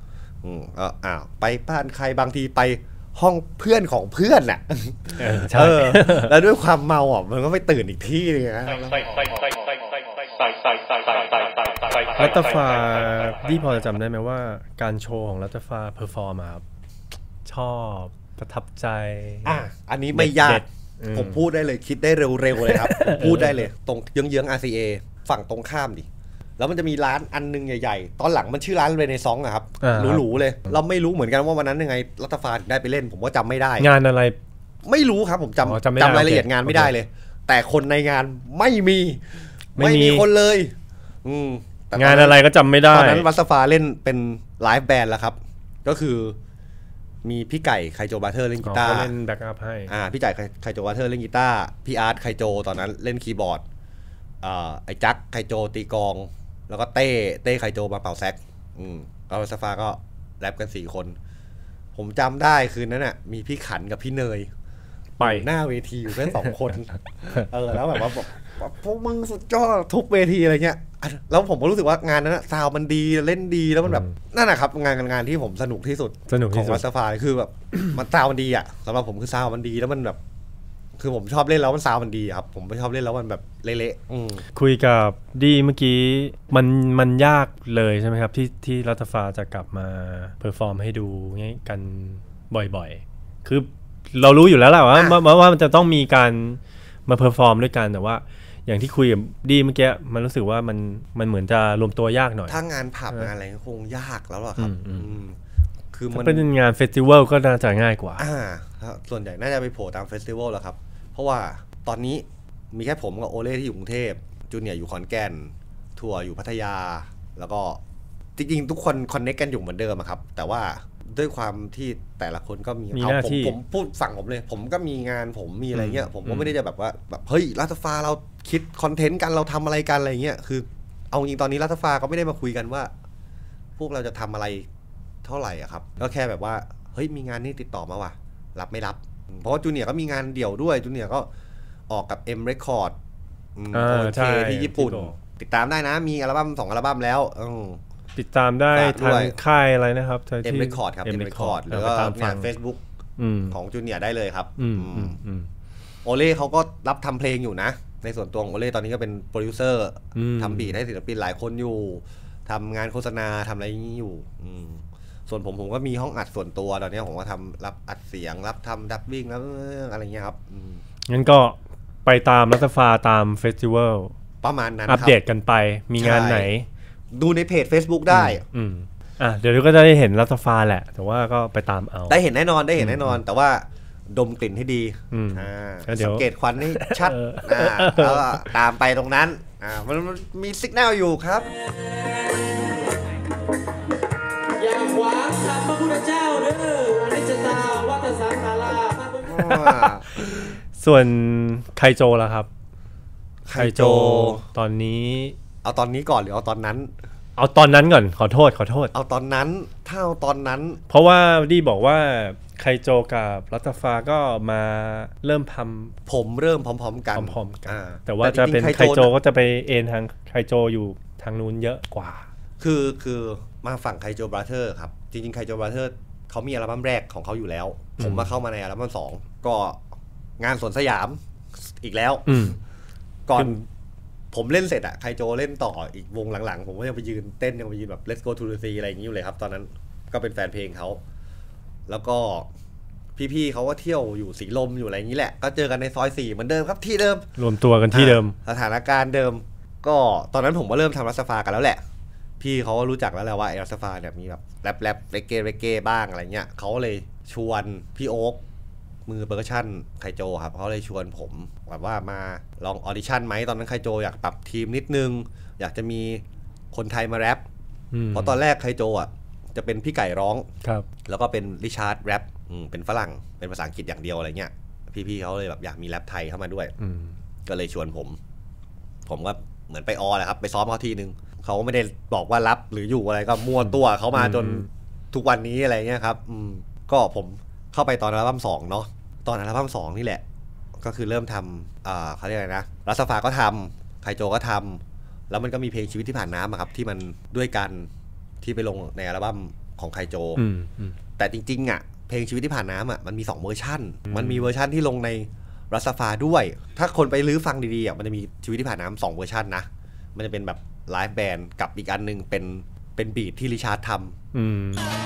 อืมก็อ้าวไปบ้านใครบางทีไปห้องเพื่อนของเพื่อนน่ะเออใช่แล้วด้วยความเมาอ่ะมันก็ไปตื่นอีกที่นึงนะรัตฟาที่พอจะจำได้ไหมว่าการโชว์ของรัตฟาเพอร์ฟอร์มครับชอบประทับใจอ่ะอันนี้ไม่ยากผมพูดได้เลยคิดได้เร็วๆเลยครับพูดได้เลยตรงเยื้องๆ อาร์ ซี เอ ฝั่งตรงข้ามดิแล้วมันจะมีร้านอันนึงใหญ่ๆตอนหลังมันชื่อร้านเรเนซองส์อะครับหรูๆเลยเราไม่รู้เหมือนกันว่าวันนั้นยังไงรัตฟาถึงได้ไปเล่นผมก็จำไม่ได้งานอะไรไม่รู้ครับผมจำจำรายละเอียดงานไม่ได้เลยแต่คนในงานไม่มีไม่มีคนเลยอืมงานอะไรก็จำไม่ได้ตอนนั้นรัตฟาเล่นเป็นไลฟ์แบนด์แล้วครับก็คือมีพี่ไก่ไคโจบาเทอร์เล่นกีตาร์เล่นแบ็กอัพให้อ่าพี่ไก่ไคโจบาเทอร์เล่นกีตาร์พี่อาร์ตไคโจตอนนั้นเล่นคีย์บอร์ดอ่าไอ้จักไคโจตีกลองแล้วก็เต้เต้ไคโจมาเป่าแซกอืมแล้วรัตฟาก็แรปกันสี่คนผมจำได้คืนนั้นน่ะมีพี่ขันกับพี่เนยไปหน้าเวทีอยู่แค่สองคนเออแล้วแบบว่าบอกพวกมึงสุดยอดทุกเวทีอะไรเงี้ยแล้วผมก็รู้สึกว่างานนั้นซาวมันดีเล่นดีแล้วมันแบบนั่นแหละครับงานงานที่ผมสนุกที่สุดของรัตฟาคือแบบมันซาวมันดีอ่ะสำหรับผมคือซาวมันดีแล้วมันแบบคือผมชอบเล่นแล้วมันซาวมันดีครับผมไม่ชอบเล่นแล้วมันแบบเละๆคุยกับดีเมื่อกี้มันมันยากเลยใช่ไหมครับที่ที่รัตฟาจะกลับมาเพอร์ฟอร์มให้ดูงี้กันบ่อยๆคือเรารู้อยู่แล้วแหละว่าว่ามันจะต้องมีการมาเพอร์ฟอร์มด้วยกันแต่ว่าอย่างที่คุยกับดีเมื่อกี้มันรู้สึกว่ามันมันเหมือนจะรวมตัวยากหน่อยถ้างานผับงานอะไรคงยากแล้วหรอครับคือมันเป็นงานเฟสติวัลก็น่าจะง่ายกว่าอ่าส่วนใหญ่น่าจะไปโผล่ตามเฟสติวัลแล้วครับเพราะว่าตอนนี้มีแค่ผมกับโอเล่ที่อยู่กรุงเทพจูเนียร์อยู่ขอนแก่นทัวร์อยู่พัทยาแล้วก็จริงๆทุกคนคอนเนคกันอยู่เหมือนเดิมครับแต่ว่าด้วยความที่แต่ละคนก็มีเอาผมผมพูดฝั่งผมเลยผมก็มีงานผมมีอะไรเงี้ยผมก็ไม่ได้จะแบบว่าแบบเฮ้ยรัตฟาเราคิดคอนเทนต์กันเราทำอะไรกันอะไรเงี้ยคือเอาจริงตอนนี้รัตฟาก็ไม่ได้มาคุยกันว่าพวกเราจะทำอะไรเท่าไหร่อ่ะครับก็แค่แบบว่าเฮ้ยมีงานนี้ติดต่อมาว่ะรับไม่รับเพราะว่าจูเนียร์ก็มีงานเดี่ยวด้วยจูเนียร์ก็ออกกับ M Record โอเคที่ญี่ปุ่นติดตามได้นะมีอัลบั้มสองอัลบั้มแล้วติดตามได้ทางค่ายอะไรนะครับที่ M Record ครับ M Record หรือว่างาน Facebook ของจูเนียร์ได้เลยครับโอเล่เขาก็รับทำเพลงอยู่นะในส่วนตัวของโอเล่ตอนนี้ก็เป็นโปรดิวเซอร์ทำบีทให้ศิลปินหลายคนอยู่ทำงานโฆษณาทำอะไรอย่างนี้อยู่ส่วนผมผมก็มีห้องอัดส่วนตัวตอนนี้ผมก็ทำรับอัดเสียงรับทำดับบิ้งแล้วอะไรเงี้ยครับงั้นก็ไปตามรัตฟาตามเฟสติวัลประมาณนั้นอัปเดตกันไปมีงานไหนดูในเพจ Facebook ได้อืมอ่ะเดี๋ยวก็จะได้เห็นรัตฟาแหละแต่ว่าก็ไปตามเอาได้เห็นแน่นอนได้เห็นแน่นอนแต่ว่าดมกลิ่นให้ดีอ่าสังเกตควันให้ชัดอ่าแล้วตามไปตรงนั้นอ่ามันมีสัญญาณอยู่ครับอย่าขวางคำพระพุทธเจ้าเด้ออนิจจตาวัฏสังขาราส่วนไคโจล่ะครับไคโจตอนนี้เอาตอนนี้ก่อนหรือเอาตอนนั้นเอาตอนนั้นก่อนขอโทษขอโทษเอาตอนนั้นถ้าเอาตอนนั้นเพราะว่าดีบอกว่าไคโจกับรัตฟาก็มาเริ่มทำผมเริ่มพร้อมๆกันพร้อมๆกันแต่ว่าจะเป็นไคโจก็จะไปเอ็นทางไคโจอยู่ทางนู้นเยอะกว่าคือคือมาฝั่งไคโจบราเธอร์ครับจริงๆไคโจบราเธอร์เขามีอัลบั้มแรกของเขาอยู่แล้วผมมาเข้ามาในอัลบั้มสองก็งานสวนสยามอีกแล้วก่อนผมเล่นเสร็จอะไคโจเล่นต่ออีกวงหลังๆผมก็ยังไปยืนเต้นยังไปยืนแบบ Let's Go to the Sea อะไรอย่างนี้อยู่เลยครับตอนนั้นก็เป็นแฟนเพลงเขาแล้วก็พี่ๆเขาก็เที่ยวอยู่สีลมอยู่อะไรอย่างนี้แหละก็เจอกันในซอยสี่เหมือนเดิมครับที่เดิมรวมตัวกันที่เดิมสถานการณ์เดิมก็ตอนนั้นผมก็เริ่มทำรัสฟากันแล้วแหละพี่เขาก็รู้จักแล้วแหละว่าไอ้รัสฟาเนี่ยมีแบบแรปแรปเรเก้เรเก้บ้างอะไรเงี้ยเขาเลยชวนพี่โอ๊คมือเปอร์คัชชั่นไคโจครับเขาเลยชวนผมแบบว่ามาลองออดิชั่นไหมตอนนั้นไคโจอยากปรับทีมนิดนึงอยากจะมีคนไทยมาแรปเพราะตอนแรกไคโจอ่ะจะเป็นพี่ไก่ร้องแล้วก็เป็นริชาร์ดแรปเป็นฝรั่งเป็นภาษาอังกฤษอย่างเดียวอะไรเงี้ยพี่ๆเขาเลยแบบอยากมีแรปไทยเข้ามาด้วยก็เลยชวนผมผมก็เหมือนไปออแหละครับไปซ้อมเขาทีนึงเขาไม่ได้บอกว่ารับหรืออยู่อะไรก็มั่วตัวเขามาจนทุกวันนี้อะไรเงี้ยครับก็ผมเข้าไปตอนอัลบั้มสองเนาะตอนอัลบั้มสองนี่แหละก็คือเริ่มทำอ่าเขาเรียกอะไรนะรัสฟาก็ทำไคโจก็ทำแล้วมันก็มีเพลงชีวิตที่ผ่านน้ำครับที่มันด้วยกันที่ไปลงในอัลบั้มของไคโจอืมอืมแต่จริงๆอ่ะเพลงชีวิตที่ผ่านน้ำอ่ะมันมีสองเวอร์ชันมันมีเวอร์ชันที่ลงในรัสฟาด้วยถ้าคนไปลื้อฟังดีๆอ่ะมันจะมีชีวิตที่ผ่านน้ำสองเวอร์ชันนะมันจะเป็นแบบไลฟ์แบนด์กับอีกอันนึงเป็นเป็นบีทที่ริชาร์ดทำอืม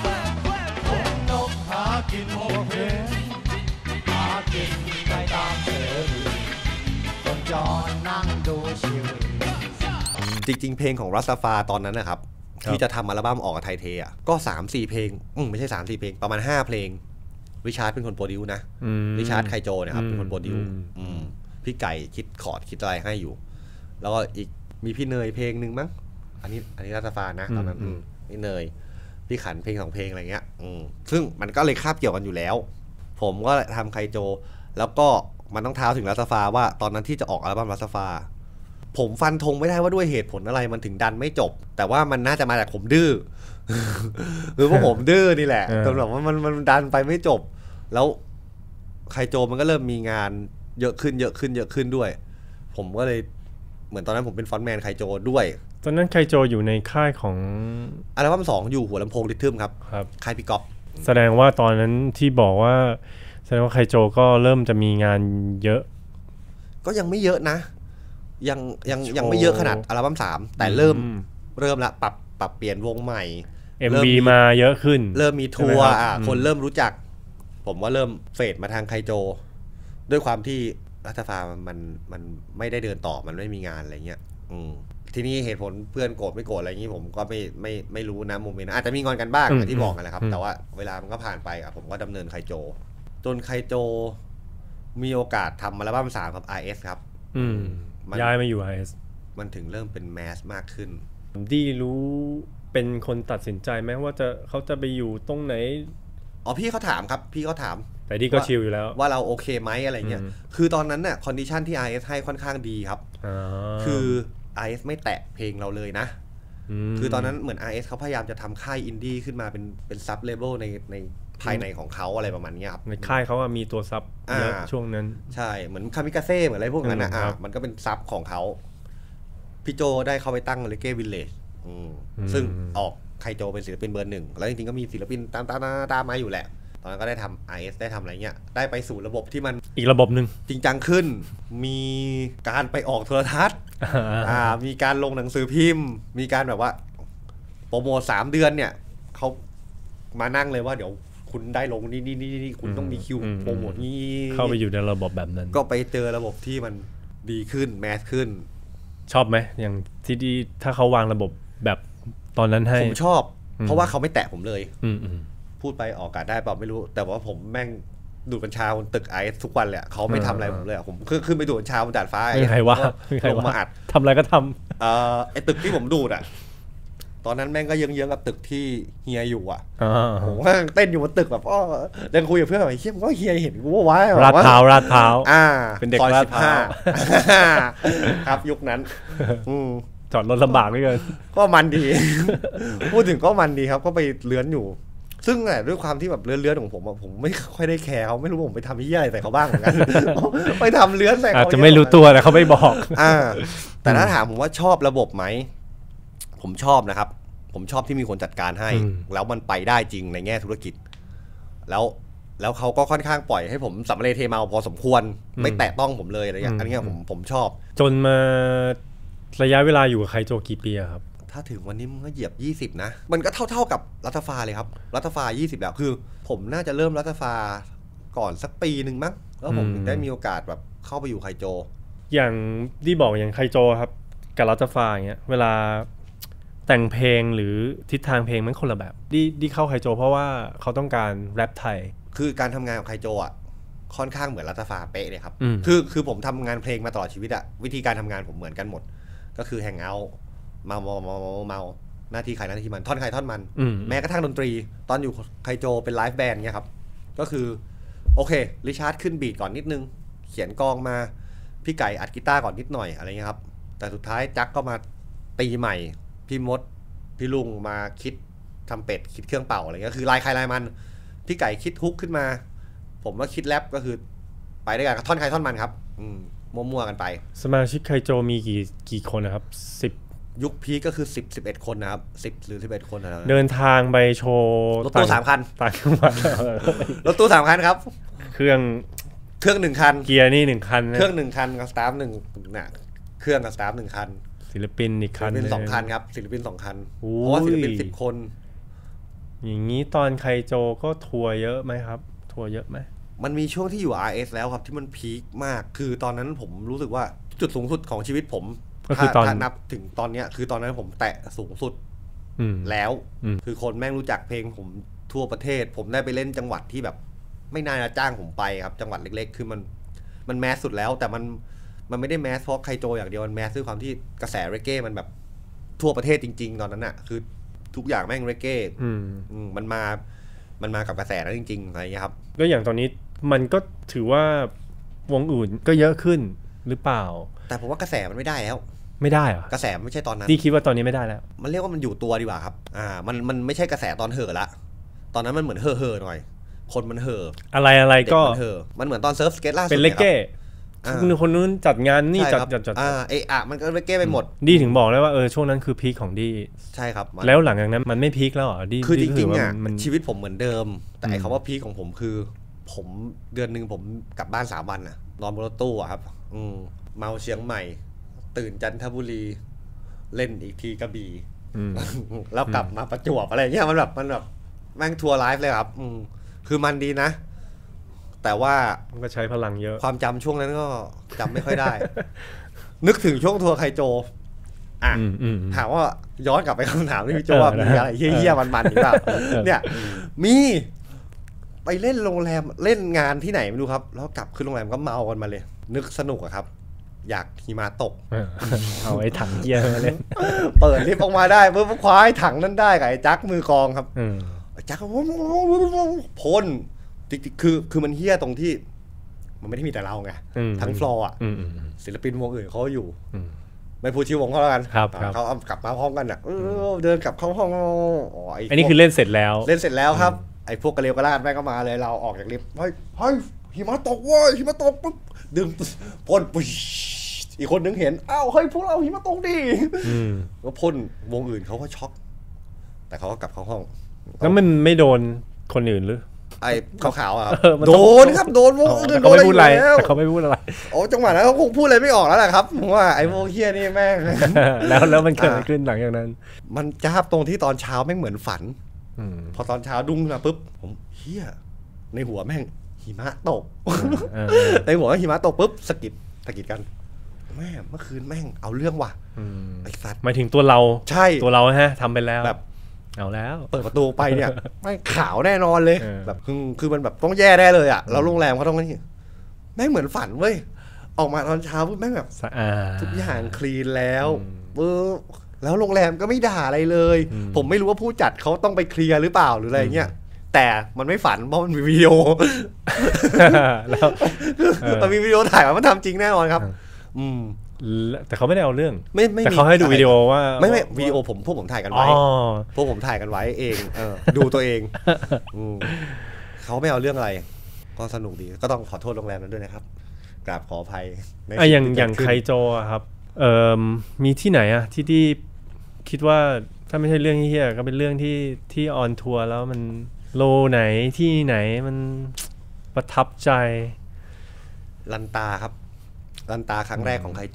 จริงๆเพลงของรัสฟาตอนนั้นนะครับที่จะทำอัลบั้มออกกับไทเทอ่ะก็ สามสี่ เพลงอืมไม่ใช่ สามสี่ เพลงประมาณห้าเพลงริชาร์ดเป็นคนโปรดิวนะริชาร์ดไคโจเนี่ยครับเป็นคนโปรดิวพี่ไก่คิดคอร์ดคิดอะไรให้อยู่แล้วก็อีกมีพี่เนยเพลงหนึ่งมั้งอันนี้อันนี้รัสฟานะตอนนั้นพี่เนยพี่ขันเพลงสองเพลงอะไรเงี้ยซึ่งมันก็เลยคาบเกี่ยวกันอยู่แล้วผมก็ทำไคโจแล้วก็มันต้องเท้าถึงรัสฟาว่าตอนนั้นที่จะออกอัลบั้มรัสฟาผมฟันธงไม่ได้ว่าด้วยเหตุผลอะไรมันถึงดันไม่จบแต่ว่ามันน่าจะมาจากผมดื้อคือว่าผมดื้อนี่แหละตรงแบบว่ามันมันดันไปไม่จบแล้วไคโจมันก็เริ่มมีงานเยอะขึ้นเยอะขึ้นเยอะขึ้นด้วยผมก็เลยเหมือนตอนนั้นผมเป็นฟรอนต์แมนไคโจด้วยตอนนั้นไคโจอยู่ในค่ายของอัลบั้มสองอยู่หัวลำโพงริทึมครับครับค่ายพี่ก๊อฟแสดงว่าตอนนั้นที่บอกว่าแสดงว่าไคโจก็เริ่มจะมีงานเยอะก็ยังไม่เยอะนะยังยังยังไม่เยอะขนาดอัลบั้มสามแต่เริ่มเริ่มละปรับปรับเปลี่ยนวงใหม่เอ็ม วี มาเยอะขึ้นเริ่มมีทัวร์อ่ะคนเริ่มรู้จักผมว่าเริ่มเฟดมาทางไคโจด้วยความที่รัฐฟามันมันไม่ได้เดินต่อมันไม่มีงานอะไรเงี้ยอืมทีนี้เหตุผลเพื่อนโกรธไม่โกรธอะไรอย่างนี้ผมก็ไม่ไม่ไม่รู้นะโมเมนต์อาจจะมีงอนกันบ้างอย่างที่บอกกันแหละครับแต่ว่าเวลามันก็ผ่านไปอ่ะผมก็ดำเนินไคโจจนไคโจมีโอกาสทำอัลบั้มสามกับ อาร์ เอส ครับอืมย้ายมาอยู่ อาร์ เอสมันถึงเริ่มเป็นแมสมากขึ้นดีรู้เป็นคนตัดสินใจไหมว่าจะเขาจะไปอยู่ตรงไหนอ๋อพี่เขาถามครับพี่เขาถามแต่ดีก็ชิลอยู่แล้วว่าเราโอเคไหมอะไรเงี้ยคือตอนนั้นน่ะคอนดิชันที่ อาร์ เอส ให้ค่อนข้างดีครับคือ อาร์ เอส ไม่แตะเพลงเราเลยนะคือตอนนั้นเหมือน อาร์ เอส เขาพยายามจะทำค่ายอินดี้ขึ้นมาเป็นเป็นซับเลเวลในในภายในของเขาอะไรประมาณนี้ครับในค่ายเขามีตัวซับเยอะช่วงนั้นใช่เหมือนคามิกาเซ่เหมือนอะไรพวกนั้นนะอ่ะมันก็เป็นซับของเขาพี่โจได้เข้าไปตั้งเลเก้วิลเลจซึ่งออกไคโจเป็นศิลปินเบอร์หนึ่งแล้วจริงๆก็มีศิลปินตามตามตามมาอยู่แหละตอนนั้นก็ได้ทำ อาร์ เอส ได้ทำอะไรเงี้ยได้ไปสู่ระบบที่มันอีกระบบหนึ่งจริงจังขึ้นมีการไปออกโทรทัศน์อ่ามีการลงหนังสือพิมพ์มีการแบบว่าโปรโมทสามเดือนเนี่ยเขามานั่งเลยว่าเดี๋ยวคุณได้ลงนี่นี่นี่คุณต้องมีคิวโปรโมทนี้เข้าไปอยู่ในระบบแบบนั้นก็ไปเจอระบบที่มันดีขึ้นแมสขึ้นชอบไหมอย่างที่ดีถ้าเขาวางระบบแบบตอนนั้นให้ผมชอบเพราะว่าเขาไม่แตะผมเลยอืพูดไปออกอากาศได้เปล่าไม่รู้แต่ว่าผมแม่งดูดกัญชาบนตึกไอซ์ทุกวันเลยเขาไม่ทำอะไรผมเลยผมขึ้นขึ้นไปดูดกัญชาบนดาดฟ้าไม่ใครว่าลงมาอัดทำอะไรก็ทำเอ่อไอตึกที่ผมดูดอ่ะตอนนั้นแม่งก็เยื้องๆกับตึกที่เฮียอยู่อ่ะผมก็เต้นอยู่บนตึกแบบอ๋อเดินคุยกับเพื่อนแบบเฮียผมก็เฮียเห็นกูว่าว้ายราดเท้าราดเท้าอ่าเป็นเด็กราดเท้าครับยุคนั้นจอดรถลำบากไม่เกินก็มันดีพูดถึงก็มันดีครับก็ไปเลื้อนอยู่ซึ่งแหละด้วยความที่แบบเลื้อนๆของผมผมไม่ค่อยได้แคร์เขาไม่รู้ผมไปทำยี่อะไรใส่เขาบ้างเหมือนกันไปทำเลื้อนใส่เขาอาจจะไม่รู้ตัวแต่เขาไม่บอกอ่าแต่ถ้าถามผมว่าชอบระบบไหมผมชอบนะครับผมชอบที่มีคนจัดการให้แล้วมันไปได้จริงในแง่ธุรกิจแล้วแล้วเขาก็ค่อนข้างปล่อยให้ผมสำเร็จเทเมาพอสมควรไม่แตะต้องผมเลยอะไรอย่างอันนี้ผมผมชอบจนมาระยะเวลาอยู่กับไคโจกี่ปีครับถ้าถึงวันนี้มันก็เหยียบยี่สิบนะมันก็เท่าๆกับรัฐฟาเลยครับรัฐฟายี่สิบแล้วคือผมน่าจะเริ่มรัฐฟาก่อนสักปีนึงมั้งแล้วผมถึงได้มีโอกาสแบบเข้าไปอยู่ไคโจอย่างที่บอกอย่างไคโจครับกับรัฐฟาอย่างเงี้ยเวลาแต่งเพลงหรือทิศทางเพลงมันคนละแบบดีดีเข้าไคโจเพราะว่าเขาต้องการแรปไทยคือการทำงานกับไคโจอ่ะค่อนข้างเหมือนรัฐฟาเป๊ะเลยครับคือคือผมทำงานเพลงมาตลอดชีวิตอ่ะวิธีการทำงานผมเหมือนกันหมดก็คือแฮงเอาท์เมาเมาเมาเมาหน้าที่ใครหน้าที่มันท่อนใครท่อนมันแม้กระทั่งดนตรีตอนอยู่ไคโจเป็นไลฟ์แบนด์เงี้ยครับก็คือโอเคริชาร์ดขึ้นบีทก่อนนิดนึงเขียนกลองมาพี่ไก่อัดกีตาร์ก่อนนิดหน่อยอะไรเงี้ยครับแต่สุดท้ายจักก็มาตีใหม่พี่มดพี่ลุงมาคิดทำเป็ดคิดเครื่องเป่าอะไรเงี้ยคือลายใครลายมันพี่ไก่คิดฮุกขึ้นมาผมว่าคิดแรปก็คือไปด้วยกันท่อนใครท่อนมันครับอืมมั่วๆกันไปสมาชิกไคโจมีกี่กี่คนนะครับสิบยุคพีก็คือสิบ สิบเอ็ดคนนะครับสิบหรือสิบเอ็ดคนอะไรเดินทางไปโชว์รถตู้สามคันต่างจังหวัดรถตู้สามคันครับเครื่องเครื่องหนึ่งคันเกียร์นี่หนึ่งคันเครื่องหนึ่งคันกับสตาฟหนึ่งน่ะเครื่องกับสตาฟหนึ่งคันศิลปินอีกคันศิลปินสองคันครับศิลปินสองคันเพราะว่าศิลปินสิบคนอย่างนี้ตอนไคโจก็ทัวร์เยอะไหมครับทัวร์เยอะไหมมันมีช่วงที่อยู่ อาร์ เอส แล้วครับที่มันพีคมากคือตอนนั้นผมรู้สึกว่าจุดสูงสุดของชีวิตผมก็คือตอนนับถึงตอนเนี้ยคือตอนนั้นผมแตะสูงสุดแล้วคือคนแม่งรู้จักเพลงผมทั่วประเทศผมได้ไปเล่นจังหวัดที่แบบไม่น่าจะจ้างผมไปครับจังหวัดเล็กๆคือมันมันแมสสุดแล้วแต่มันมันไม่ได้แมสเพราะไคโจอย่างเดียวมันแมสด้วยความที่กระแสเรเก้มันแบบทั่วประเทศจริงๆตอนนั้นอ่ะคือทุกอย่างแม่งเรเก้มันมามันมากับกระแสนั้นจริงๆอะไรอย่างเงี้ยครับแล้วอย่างตอนนี้มันก็ถือว่าวงอื่นก็เยอะขึ้นหรือเปล่าแต่ผมว่ากระแสมันไม่ได้แล้วไม่ได้เหรอกระแสไม่ใช่ตอนนั้นที่คิดว่าตอนนี้ไม่ได้แล้วมันเรียกว่ามันอยู่ตัวดีกว่าครับอ่ามันมันไม่ใช่กระแสตอนเห่อละตอนนั้นมันเหมือนเห่อเห่อหน่อยคนมันเห่ออะไรอะไรก็มันเห่อมันเหมือนตอนเซิร์ฟสเก็ตล่าสุดเป็นเลเก้คนนู้นจัดงานนี่จัดจัดจัดอ่าเออะมันก็เลเก้ไปหมดดีถึงบอกเลยว่าเออช่วงนั้นคือพีคของดีใช่ครับแล้วหลังจากนั้นมันไม่พีคแล้วอ่ะดีคือจริงๆอ่ะชีวิตผมเหมือนเดิมแต่คำว่าพีคของผมคือผมเดือนนึงผมกลับบ้านสามวันอ่ะนอนบนรถตู้อ่ะครับอืมเมาเชียงใหม่ตื่นจันทบุรีเล่นอีกทีกระบี่แล้วกลับมาประจวบอะไรเงี้ยมันแบบมันแบบแม่งทัวร์ไลฟ์เลยครับอืมคือมันดีนะแต่ว่ามันก็ใช้พลังเยอะความจำช่วงนั้นก็จำไม่ค่อยได้ นึกถึงช่วงทัวร์ไคโจอ่ะถามว่าย้อนกลับไปคำถามที่พี่โจว่ามีอะไรเฮี้ยๆมันๆหรือเปล่าเนี่ยมีไปเล่นโรงแรมเล่นงานที่ไหนไม่รู้ครับแล้วกลับขึ้นโรงแรมก็เมากันมาเลยนึกสนุกอะครับอยากหิมะตกเอาไอ้ถังเยี่ยมาเล่นเปิดลิฟต์ออกมาได้เพื่อคว้าไอ้ถังนั้นได้กับไอ้จักมือกองครับไอ้จักก็พ่นคือคือมันเฮี้ยตรงที่มันไม่ได้มีแต่เราไงทั้งฟลอร์อ่ะศิลปินวงอื่นเขาอยู่ไม่พูดชื่อวงเขาแล้วกันเขาเอากลับมาพร้อมกันอ่ะเดินกลับเข้าห้องอ๋ออันนี้คือเล่นเสร็จแล้วเล่นเสร็จแล้วครับไอ้พวกกระเลวกระลาดแม่งก็มาเลยเราออกจากลิฟต์เฮ้ยเฮ้ยหิมะตกเว้ยหิมะตกปุ๊บดึงพ่นปุ๊บอีกคนนึงเห็นอ้าวเฮ้ยพวกเราหิมะตกดิก็พ่นวงอื่นเขาก็ช็อกแต่เขาก็กลับเข้าห้องแล้วมันไม่โดนคนอื่นหรือไอ้ขาวๆอ่ะโดนครับโดนวงอื่นโดนอะไรแต่เขาไม่พูดอะไรโอ้จังหวะนั้นเขาคงพูดอะไรไม่ออกแล้วแหละครับผมว่าไอ้โมเฮียนี่แม่งแล้วแล้วมันเกิดอะไรขึ้นหลังจากนั้นมันจ้าบตรงที่ตอนเช้าแม่งเหมือนฝันพอตอนเช้าดุ้งขึ้นมาปุ๊บผมเฮียในหัวแม่งหิมะตกในหัวหิมะตกปุ๊บสะกิดสะกิดกันแม่เมื่อคืนแม่งเอาเรื่องว่ะไอ้สัตว์หมายถึงตัวเราใช่ตัวเราฮะทำไปแล้วแบบเอาแล้วเปิดประตูไปเนี่ยไม่ขาวแน่นอนเลยแบบคือคือมันแบบต้องแย่แน่เลยอ่ะแล้วโรงแรมเขาต้องนี่แม่งเหมือนฝันเว้ยออกมาตอนเช้าปุ๊บแม่งแบบสะอาดทุกอย่างคลีนแล้วปุ๊บแล้วโรงแรมก็ไม่ด่าอะไรเลยผมไม่รู้ว่าผู้จัดเขาต้องไปเคลียร์หรือเปล่าหรืออะไรเงี้ยแต่มันไม่ฝันเพราะมันมีวิดีโอแล้วมันมีวิดีโอถ่ายมันทำจริงแน่นอนครับอืมแต่เขาไม่ได้เอาเรื่องไม่ไม่แต่เขาให้ดูวิดีโอว่าไม่ไม่วิดีโอผมพวกผมถ่ายกันไว้พวกผมถ่ายกันไว้เองเออดูตัวเองเขาไม่เอาเรื่องอะไรก็สนุกดีก็ต้องขอโทษโรงแรมนั้นด้วยนะครับกราบขออภัยอ่ะอย่างอย่างไคโจอะครับเอ่อมีที่ไหนอะที่ที่คิดว่าถ้าไม่ใช่เรื่องเหี้ยก็เป็นเรื่องที่ที่ออนทัวร์แล้วมันโลไหนที่ไหนมันประทับใจลันตาครับลันตาครั้งแรกของไคโจ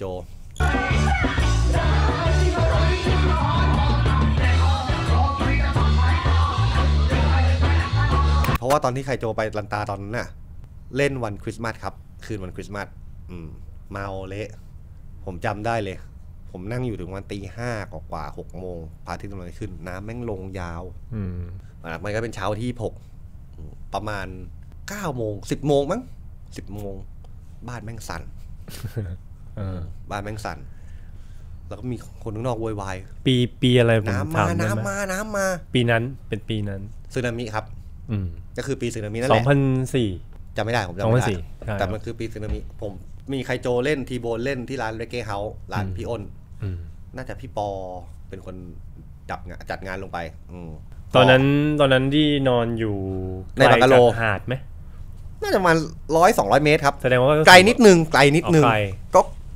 เพราะว่าตอนที่ไคโจไปลันตาตอนนั้นน่ะเล่นวันคริสต์มาสครับคืนวันคริสต์มาสอืมเมาเละผมจำได้เลยผมนั่งอยู่ถึงวันตีห้ากว่าหกโมงพระอาทิตย์กำลังขึ้นน้ำแม่งลงยาวอืมมันก็เป็นเช้าที่หกประมาณเก้าโมงสิบโมงมั้งสิบโมงบ้านแม่งสั่นบ้านแม่งสั่นแล้วก็มีคนข้างนอกโวยวายปีปีอะไรน้ำมาน้ำมาน้ำมาปีนั้นเป็นปีนั้นสึนามิครับก็คือปีสึนามินั่นแหละสองพันสี่จำไม่ได้ผมจำไม่ได้แต่มันคือปีสึนามิผมมีไคโจเล่นทีโบนเล่นที่ร้านเรเก้เฮาส์ร้านพี่อ้นน่าจะพี่ปอเป็นคนจับงานจัดงานลงไปตอนนั้นตอนนั้นที่นอนอยู่ในบังกะโลหาดไหมน่าจะประมาณร้อยสองร้อยเมตรครับแสดงว่าไกลนิดนึงไกลนิดนึงก็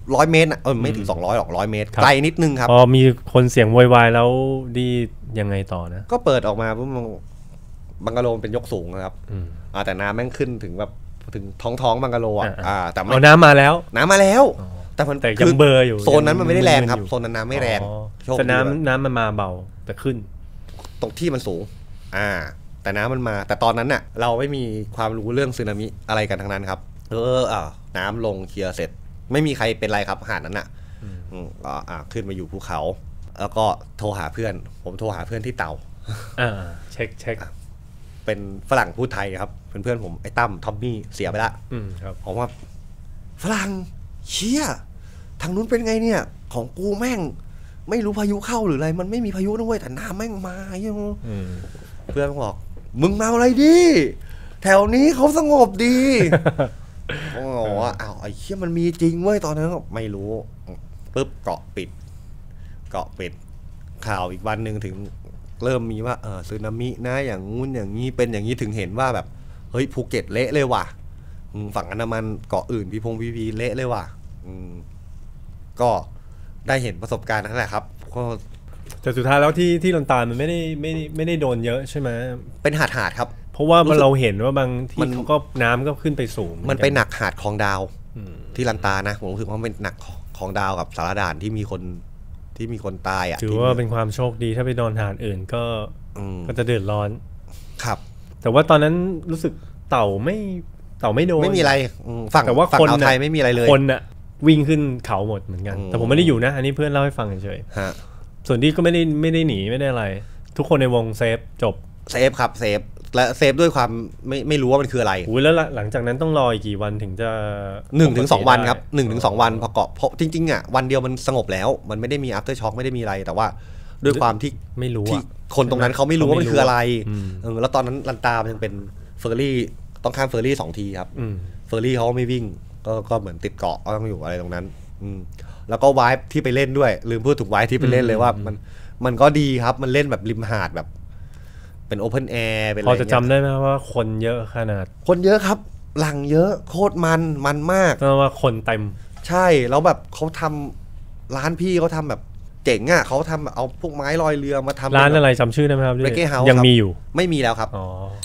ร้อยเมตรเออไม่ถึงสองร้อยหรอกร้อยเมตรไกลนิดนึงครับพอมีคนเสียงโวยวายแล้วดียังไงต่อนะก็เปิดออกมาปุ๊บบังกะโลเป็นยกสูงนะครับอ่าแต่น้ำแม่งขึ้นถึงแบบถึงท้องท้องบังกะโลอ่ะอ่าแต่เอาน้ำมาแล้วน้ำมาแล้วแต่มันแต่ยังเบอร์อยู่โซนนั้นมันไม่ได้แรงครับโซนนั้นน้ำไม่แรงแต่น้ำน้ำมันมาเบาแต่ขึ้นตรงที่มันสูงอ่าแต่น้ำมันมาแต่ตอนนั้นน่ะเราไม่มีความรู้เรื่องสึนามิอะไรกันทั้งนั้นครับเอออ่าน้ำลงเคลียร์เสร็จไม่มีใครเป็นไรครับหาดนั้นน่ะอืมก็อ่าขึ้นมาอยู่ภูเขาแล้วก็โทรหาเพื่อนผมโทรหาเพื่อนที่เต่าอ่าเช็คเช็คเป็นฝรั่งพูดไทยครับเพื่อนเพื่อนผมไอ้ตั้มทอมมี่เสียไปละอืมครับผมว่าฝรั่งเชี่ยทางนู้นเป็นไงเนี่ยของกูแม่งไม่รู้พายุเข้าหรืออะไรมันไม่มีพายุนะเว้ยแต่น้ำแม่งมาอย่างเพื่อนบอกมึงมาอะไรดิแถวนี้เขาสงบดีอ๋ออ้าวไอ้เชี่ยมันมีจริงเว้ยตอนนั้นไม่รู้ปุ๊บเกาะปิดเกาะปิดข่าวอีกวันหนึ่งถึงเริ่มมีว่าเออสึนามินะอย่างงู้นอย่างนี้เป็นอย่างนี้ถึงเห็นว่าแบบเฮ้ยภูเก็ตเละเลยว่ะฝั่งอันดามันเกาะอื่นพีพงพีพีเละเลยว่ะก็ได้เห็นประสบการณ์นั่นแหละครับก็แต่สุดท้ายแล้วที่ที่ลันตามันไม่ได้ไม่ได้ไม่ได้โดนเยอะใช่ไหมเป็นหาดหาดครับเพราะว่าเราเห็นว่าบางที่เขาก็น้ำก็ขึ้นไปสูงมันไปหนักหาดคลองดาวที่ลันตานะผมรู้สึกว่าเป็นหนักคลองดาวกับสารด่านที่มีคนที่มีคนตายอ่ะถือว่าเป็นความโชคดีถ้าไปนอนหาดอื่นก็ก็จะเดือดร้อนครับแต่ว่าตอนนั้นรู้สึกเต่าไม่เต่าไม่โดนไม่มีอะไรฝั่งแต่ว่าฝั่งอ่าวไทยไม่มีอะไรเลยคนอ่ะวิ่งขึ้นเขาหมดเหมือนกันแต่ผมไม่ได้อยู่นะอันนี้เพื่อนเล่าให้ฟังเฉยๆส่วนที่ก็ไม่ได้ไม่ได้หนีไม่ได้อะไรทุกคนในวงเซฟจบเซฟครับเซฟและเซฟด้วยความไม่ไม่รู้ว่ามันคืออะไรอุ้ยแล้วหลังจากนั้นต้องรออีกกี่วันถึงจะหนึ่งถึงสองวันครับหนึ่งถึงสองวันพอเกาะเพราะจริงๆอ่ะวันเดียวมันสงบแล้วมันไม่ได้มี after shock ไม่ได้มีอะไรแต่ว่าด้วยความที่ไม่รู้ที่คนตรงนั้นเขาไม่รู้ว่ามันคืออะไรแล้วตอนนั้นลันตามันยังเป็นเฟอร์รี่ต้องข้ามเฟอร์รี่สองทีครับเฟอร์รี่เขาไม่วิ่งก็ก็เหมือนติดเกาะก็ต้องอยู่อะไรตรงนั้นแล้วก็ไวฟ์ที่ไปเล่นด้วยลืมพูดถึงไวฟ์ที่ไปเล่นเลยว่ามันมันก็ดีครับมันเล่นแบบริมหาดแบบเป็นโอเพนแอร์เป็นอะไรพอจะจำได้ไหมว่าคนเยอะขนาดคนเยอะครับหลังเยอะโคตรมันมันมากเพราะว่าคนเต็มใช่แล้วแบบเขาทำร้านพี่เขาทำแบบเจ๋งอ่ะเขาทำเอาพวกไม้ลอยเรือมาทำร้านอะไรจำชื่อได้ไหมครับยังมีอยู่ไม่มีแล้วครับอ๋อ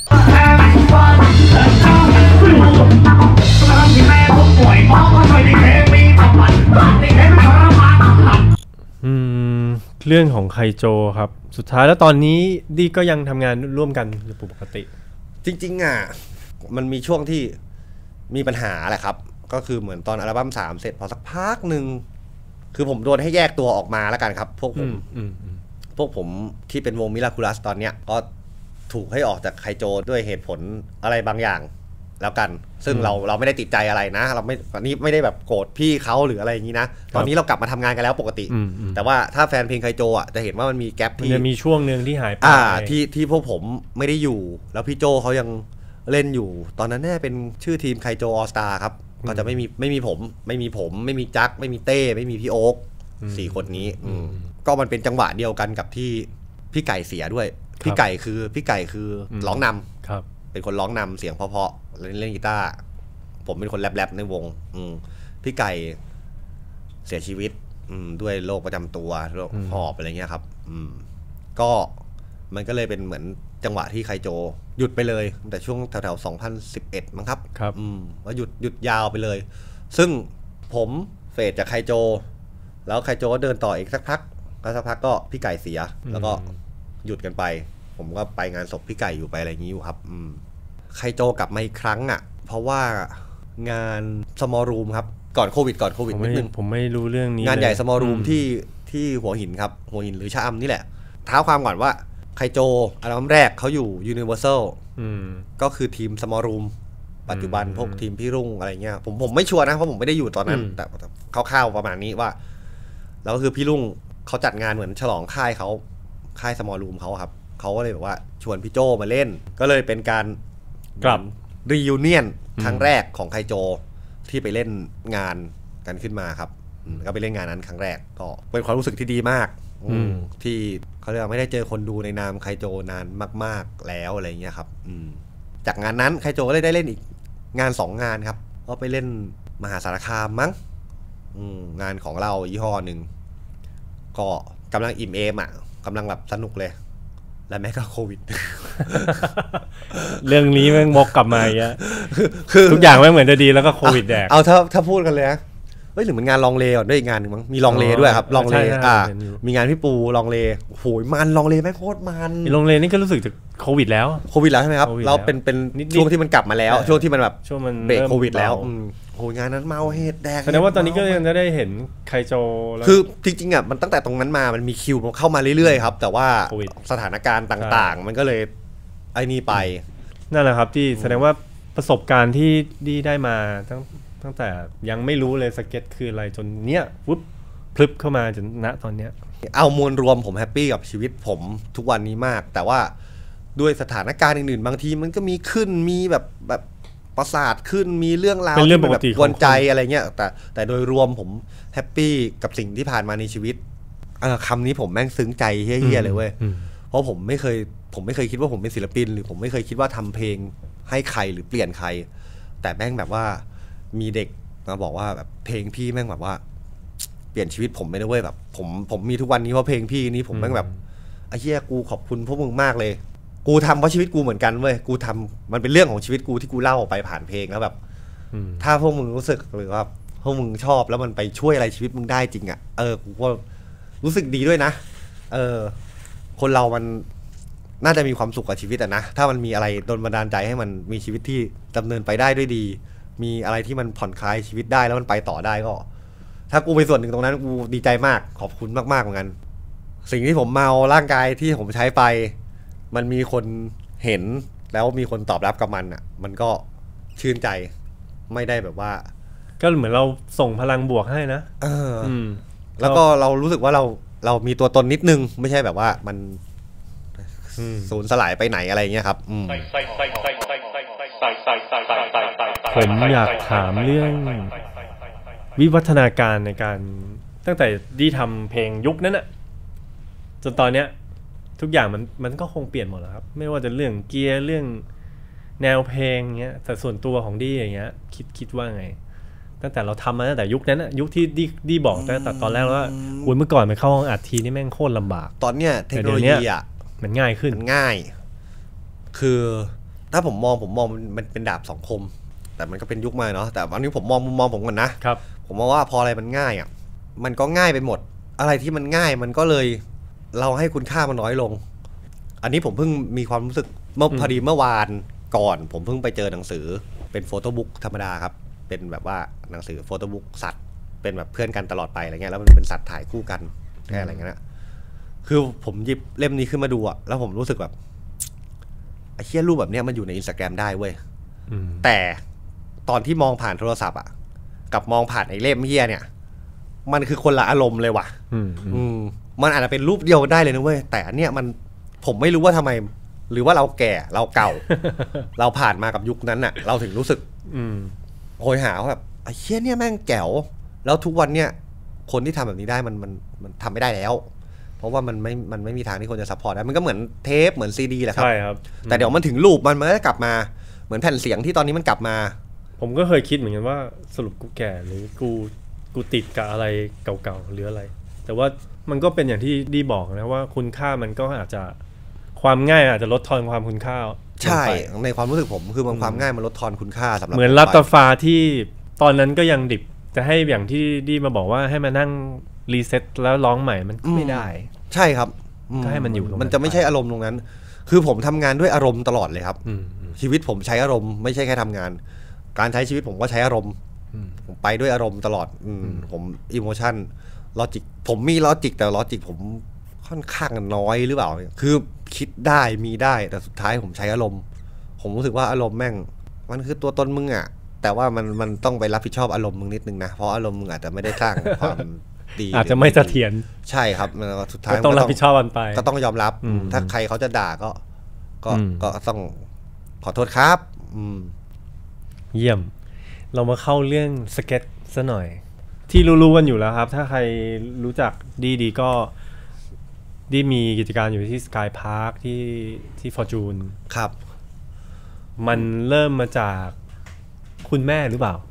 อืมเรื่องของไคโจครับสุดท้ายแล้วตอนนี้ดีก็ยังทำงานร่วมกันอยู่ปกติจริงๆอ่ะมันมีช่วงที่มีปัญหาแหละครับก็คือเหมือนตอนอัลบั้มสามเสร็จพอสักพักหนึ่งคือผมโดนให้แยกตัวออกมาแล้วกันครับพวกผมพวกผมที่เป็นวงมิราคูลัสตอนเนี้ยก็ถูกให้ออกจากไคโจด้วยเหตุผลอะไรบางอย่างแล้วกันซึ่งเราเราไม่ได้ติดใจอะไรนะเราไม่ตอนนี้ไม่ได้แบบโกรธพี่เขาหรืออะไรอย่างนี้นะตอนนี้เรากลับมาทำงานกันแล้วปกติแต่ว่าถ้าแฟนเพลงไคโจอ่ะจะเห็นว่ามันมีแกปที่มันมีช่วงนึงที่หายไปอ่าที่ที่พวกผมไม่ได้อยู่แล้วพี่โจเขายังเล่นอยู่ตอนนั้นแน่เป็นชื่อทีมไคโจออลสตาร์ครับก็จะไม่มีไม่มีผมไม่มีผมไม่มีจักไม่มีเต้ไม่มีพี่โอ๊คสี่คนนี้ก็มันเป็นจังหวะเดียวกันกับที่พี่ไก่เสียด้วยพี่ไก่คือพี่ไก่คือร้องนำครับเป็นคนร้องนำเสียงเพราะๆเล่นเล่นกีตาร์ผมเป็นคนแรปๆในวงพี่ไก่เสียชีวิตด้วยโรคประจำตัวโรคหอบอะไรเงี้ยครับก็มันก็เลยเป็นเหมือนจังหวะที่ไคโจหยุดไปเลยแต่ช่วงแถวๆสองพันสิบเอ็ดมั้งครับครับว่าหยุดหยุดยาวไปเลยซึ่งผมเฟดจากไคโจแล้วไคโจก็เดินต่ออีกสักพักแล้วสักพักก็พี่ไก่เสียแล้วก็หยุดกันไปผมก็ไปงานศพพี่ไก่อยู่ไปอะไรอย่างนี้อยู่ครับไคโจกลับมาอีกครั้งอ่ะเพราะว่างานสมอลรูมครับก่อนโควิดก่อนโควิดนิดนึงผมไม่รู้เรื่องนี้งานใหญ่สมอลรูมที่ที่หัวหินครับหัวหินหรือชะอำนี่แหละเท้าความก่อนว่าไคโจอัลบั้มแรกเขาอยู่ Universal ก็คือทีมสมอลรูมปัจจุบันพวกทีมพี่รุ่งอะไรเงี้ยผมผมไม่ชัวร์นะเพราะผมไม่ได้อยู่ตอนนั้นแต่คร่าวๆประมาณนี้ว่าแล้วคือพี่รุ่งเขาจัดงานเหมือนฉลองค่ายเขาค่ายสมอลรูมเขาครับเขาก็เลยแบบว่าชวนพี่โจมาเล่นก็เลยเป็นการกลับรียูเนียนครั้งแรกของไคโจที่ไปเล่นงานกันขึ้นมาครับก็ไปเล่นงานนั้นครั้งแรกก็เป็นความรู้สึกที่ดีมากที่เขาเรียกว่าไม่ได้เจอคนดูในนามไคโจนานมากๆแล้วอะไรเงี้ยครับจากงานนั้นไคโจก็เลยได้เล่นอีกงานสองงานครับก็ไปเล่นมหาสารคามมั้งงานของเรายี่ห้อหนึ่งก็กำลังอิ่มเอมอ่ะกำลังแบบสนุกเลยแล้วแม่ก็โควิดเรื่องนี้แม่งมกกลับมาอีกอะคือทุกอย่างไม่เหมือนจะดีแล้วก็โควิดแดกเอาถ้าถ้าพูดกันเลยนะเฮ้ยหรือมันงานลองเลด้วยอีกงานหนึ่งมั้งมีลองเลด้วยครับลองเลอ่ามีงานพี่ปูลองเลโหยมันลองเลแม่งโคตรมันลองเลนี่ก็รู้สึกจะโควิดแล้วโควิดแล้วใช่ไหมครับเราเป็นเป็นช่วงที่มันกลับมาแล้วช่วงที่มันแบบช่วงมันเบรกโควิดแล้วโหงานนั้นเมาเฮดแดกแสดงว่าตอนนี้ก็ยังจะได้เห็นไคโจคือจริงๆอ่ะมันตั้งแต่ตรงนั้นมามันมีคิวเข้ามาเรื่อยๆครับแต่ว่าสถานการณ์ต่างๆมันก็เลยไอ้นี่ไปนั่นแหละครับที่แสดงว่าประสบการณ์ที่ดีได้มาตั้งตั้งแต่ยังไม่รู้เลยสเก็ตคืออะไรจนเนี้ยวุ๊บพลึบเข้ามาจนณตอนเนี้ยเอามวลรวมผมแฮปปี้กับชีวิตผมทุกวันนี้มากแต่ว่าด้วยสถานการณ์อื่นๆบางทีมันก็มีขึ้นมีแบบแบบประสาทขึ้นมีเรื่องราวที่แบบกวนใจอะไรเงี้ยแต่แต่โดยรวมผมแฮปปี้กับสิ่งที่ผ่านมาในชีวิตคำนี้ผมแม่งซึ้งใจเฮี้ยๆเลยเว้ยเพราะผมไม่เคยผมไม่เคยคิดว่าผมเป็นศิลปินหรือผมไม่เคยคิดว่าทำเพลงให้ใครหรือเปลี่ยนใครแต่แม่งแบบว่ามีเด็กมาบอกว่าแบบเพลงพี่แม่งแบบว่าเปลี่ยนชีวิตผมไปเลยเว้ยแบบผมผมมีทุกวันนี้เพราะเพลงพี่นี้ผมแม่งแบบไอ้เหี้ยกูขอบคุณพวกมึงมากเลยกูทำเพราะชีวิตกูเหมือนกันเว้ยกูทำมันเป็นเรื่องของชีวิตกูที่กูเล่าออกไปผ่านเพลงแล้วแบบถ้าพวกมึงรู้สึกหรือว่าพวกมึงชอบแล้วมันไปช่วยอะไรชีวิตมึงได้จริงอ่ะเออกูก็รู้สึกดีด้วยนะเออคนเรามันน่าจะมีความสุขกับชีวิตอะนะถ้ามันมีอะไรดลบันดาลใจให้มันมีชีวิตที่ดำเนินไปได้ด้วยดีมีอะไรที่มันผ่อนคลายชีวิตได้แล้วมันไปต่อได้ก็ถ้ากูเป็นส่วนหนึ่งตรงนั้นกูดีใจมากขอบคุณมากๆเหมือนกันสิ่งที่ผมเมาร่างกายที่ผมใช้ไปมันมีคนเห็นแล้วมีคนตอบรับกับมันอ่ะมันก็ชื่นใจไม่ได้แบบว่าก็เหมือนเราส่งพลังบวกให้นะเออแล้วก็เรารู้สึกว่าเราเรามีตัวตนนิดนึงไม่ใช่แบบว่ามันสูญสลายไปไหนอะไรเงี้ยครับผมอยากถามเรื่องวิวัฒนาการในการตั้งแต่ที่ทำเพลงยุคนั้นน่ะจนตอนเนี้ยทุกอย่างมันมันก็คงเปลี่ยนหมดแล้วครับไม่ว่าจะเรื่องเกียร์เรื่องแนวเพลงเงี้ยแต่ส่วนตัวของดีอย่างเงี้ยคิดคิดว่าไงตั้งแต่เราทำมาตั้งแต่ยุคนั้นน่ะยุคที่ดีดีบอกตั้งแต่ตอนแรกว่าคุณเมื่อก่อนไปเข้าห้องอัดทีนี่แม่งโคตรลำบากตอนเนี้ยเทคโนโลยีอ่ะมันง่ายขึ้นมันง่ายคือถ้าผมมองผมมองมันเป็นดาบสองคมแต่มันก็เป็นยุคใหม่เนาะแต่วันนี้ผมมองมุมมองผมก่อนนะครับผมมองว่าพออะไรมันง่ายอ่ะมันก็ง่ายไปหมดอะไรที่มันง่ายมันก็เลยเราให้คุณค่ามันน้อยลงอันนี้ผมเพิ่งมีความรู้สึกเมื่อพอดีเมื่อวานก่อนผมเพิ่งไปเจอหนังสือเป็นโฟโต้บุ๊กธรรมดาครับเป็นแบบว่าหนังสือโฟโต้บุ๊กสัตว์เป็นแบบเพื่อนกันตลอดไปอะไรเงี้ยแล้วมันเป็นสัตว์ถ่ายคู่กันแค่อะไรเงี้ยคือผมหยิบเล่มนี้ขึ้นมาดูอะแล้วผมรู้สึกแบบไอ้เหี้ยรูปแบบเนี้ยมันอยู่ใน Instagram ได้เว้ยแต่ตอนที่มองผ่านโทรศัพท์อะกับมองผ่านไอ้เล่มเหี้ยเนี่ยมันคือคนละอารมณ์เลยว่ะอืมมันอาจจะเป็นรูปเดียวได้เลยนะเว้ยแต่อันเนี้ยมันผมไม่รู้ว่าทำไมหรือว่าเราแก่เราเก่า เราผ่านมากับยุคนั้นน่ะเราถึงรู้สึกโหยหาว่าแบบไอ้เหี้ยเนี่ยแม่งแจ๋วแล้วทุกวันเนี่ยคนที่ทำแบบนี้ได้มันมันมันทำไม่ได้แล้วเพราะว่ามันไม่มันไม่มีทางที่คนจะซัพพอร์ตได้มันก็เหมือนเทปเหมือนซีดีแหละครับใช่ครับแต่เดี๋ยวมันถึงรูปมันมันก็จะกลับมาเหมือนแผ่นเสียงที่ตอนนี้มันกลับมาผมก็เคยคิดเหมือนกันว่าสรุปกูแก่หรือกูกูติดกับอะไรเก่าๆหรืออะไรแต่ว่ามันก็เป็นอย่างที่ดีบอกนะว่าคุณค่ามันก็อาจจะความง่ายอาจจะลดทอนความคุณค่าใช่ในความรู้สึกผมคือมันความง่ายมันลดทอนคุณค่าสำหรับเหมือนรับตาฟ้าที่ตอนนั้นก็ยังดิบจะให้อย่างที่ดีมาบอกว่าให้มานั่งรีเซ็ตแล้วร้องใหม่มันไม่ได้ใช่ครับก็ให้มันอยู่มันจะไม่ใช่อารมณ์ตรงนั้นคือผมทำงานด้วยอารมณ์ตลอดเลยครับชีวิตผมใช้อารมณ์ไม่ใช่แค่ทำงานการใช้ชีวิตผมก็ใช้อารมณ์ผมไปด้วยอารมณ์ตลอดผมอิโมชันลอจิกผมมีลอจิกแต่ลอจิกผมค่อนข้างน้อยหรือเปล่าคือคิดได้มีได้แต่สุดท้ายผมใช้อารมณ์ผมรู้สึกว่าอารมณ์แม่งมันคือตัวตนมึงอ่ะแต่ว่ามันมันต้องไปรับผิดชอบอารมณ์มึงนิดนึงนะเพราะอารมณ์มึงอาจจะไม่ได้สร้างความดีอาจจะไม่เสถียรใช่ครับสุดท้ายต้องรับผิดชอบมันไปก็ต้องยอมรับถ้าใครเขาจะด่าก็ก็ก็ต้องขอโทษครับเยี่ยมเรามาเข้าเรื่องสเก็ตซะหน่อยที่รู้ๆกันอยู่แล้วครับถ้าใครรู้จักดีดีก็ดีมีกิจการอยู่ที่สกายพาร์คที่ที่ฟอร์จูนครับมันเริ่มมาจากคุณแม่หรือเปล่า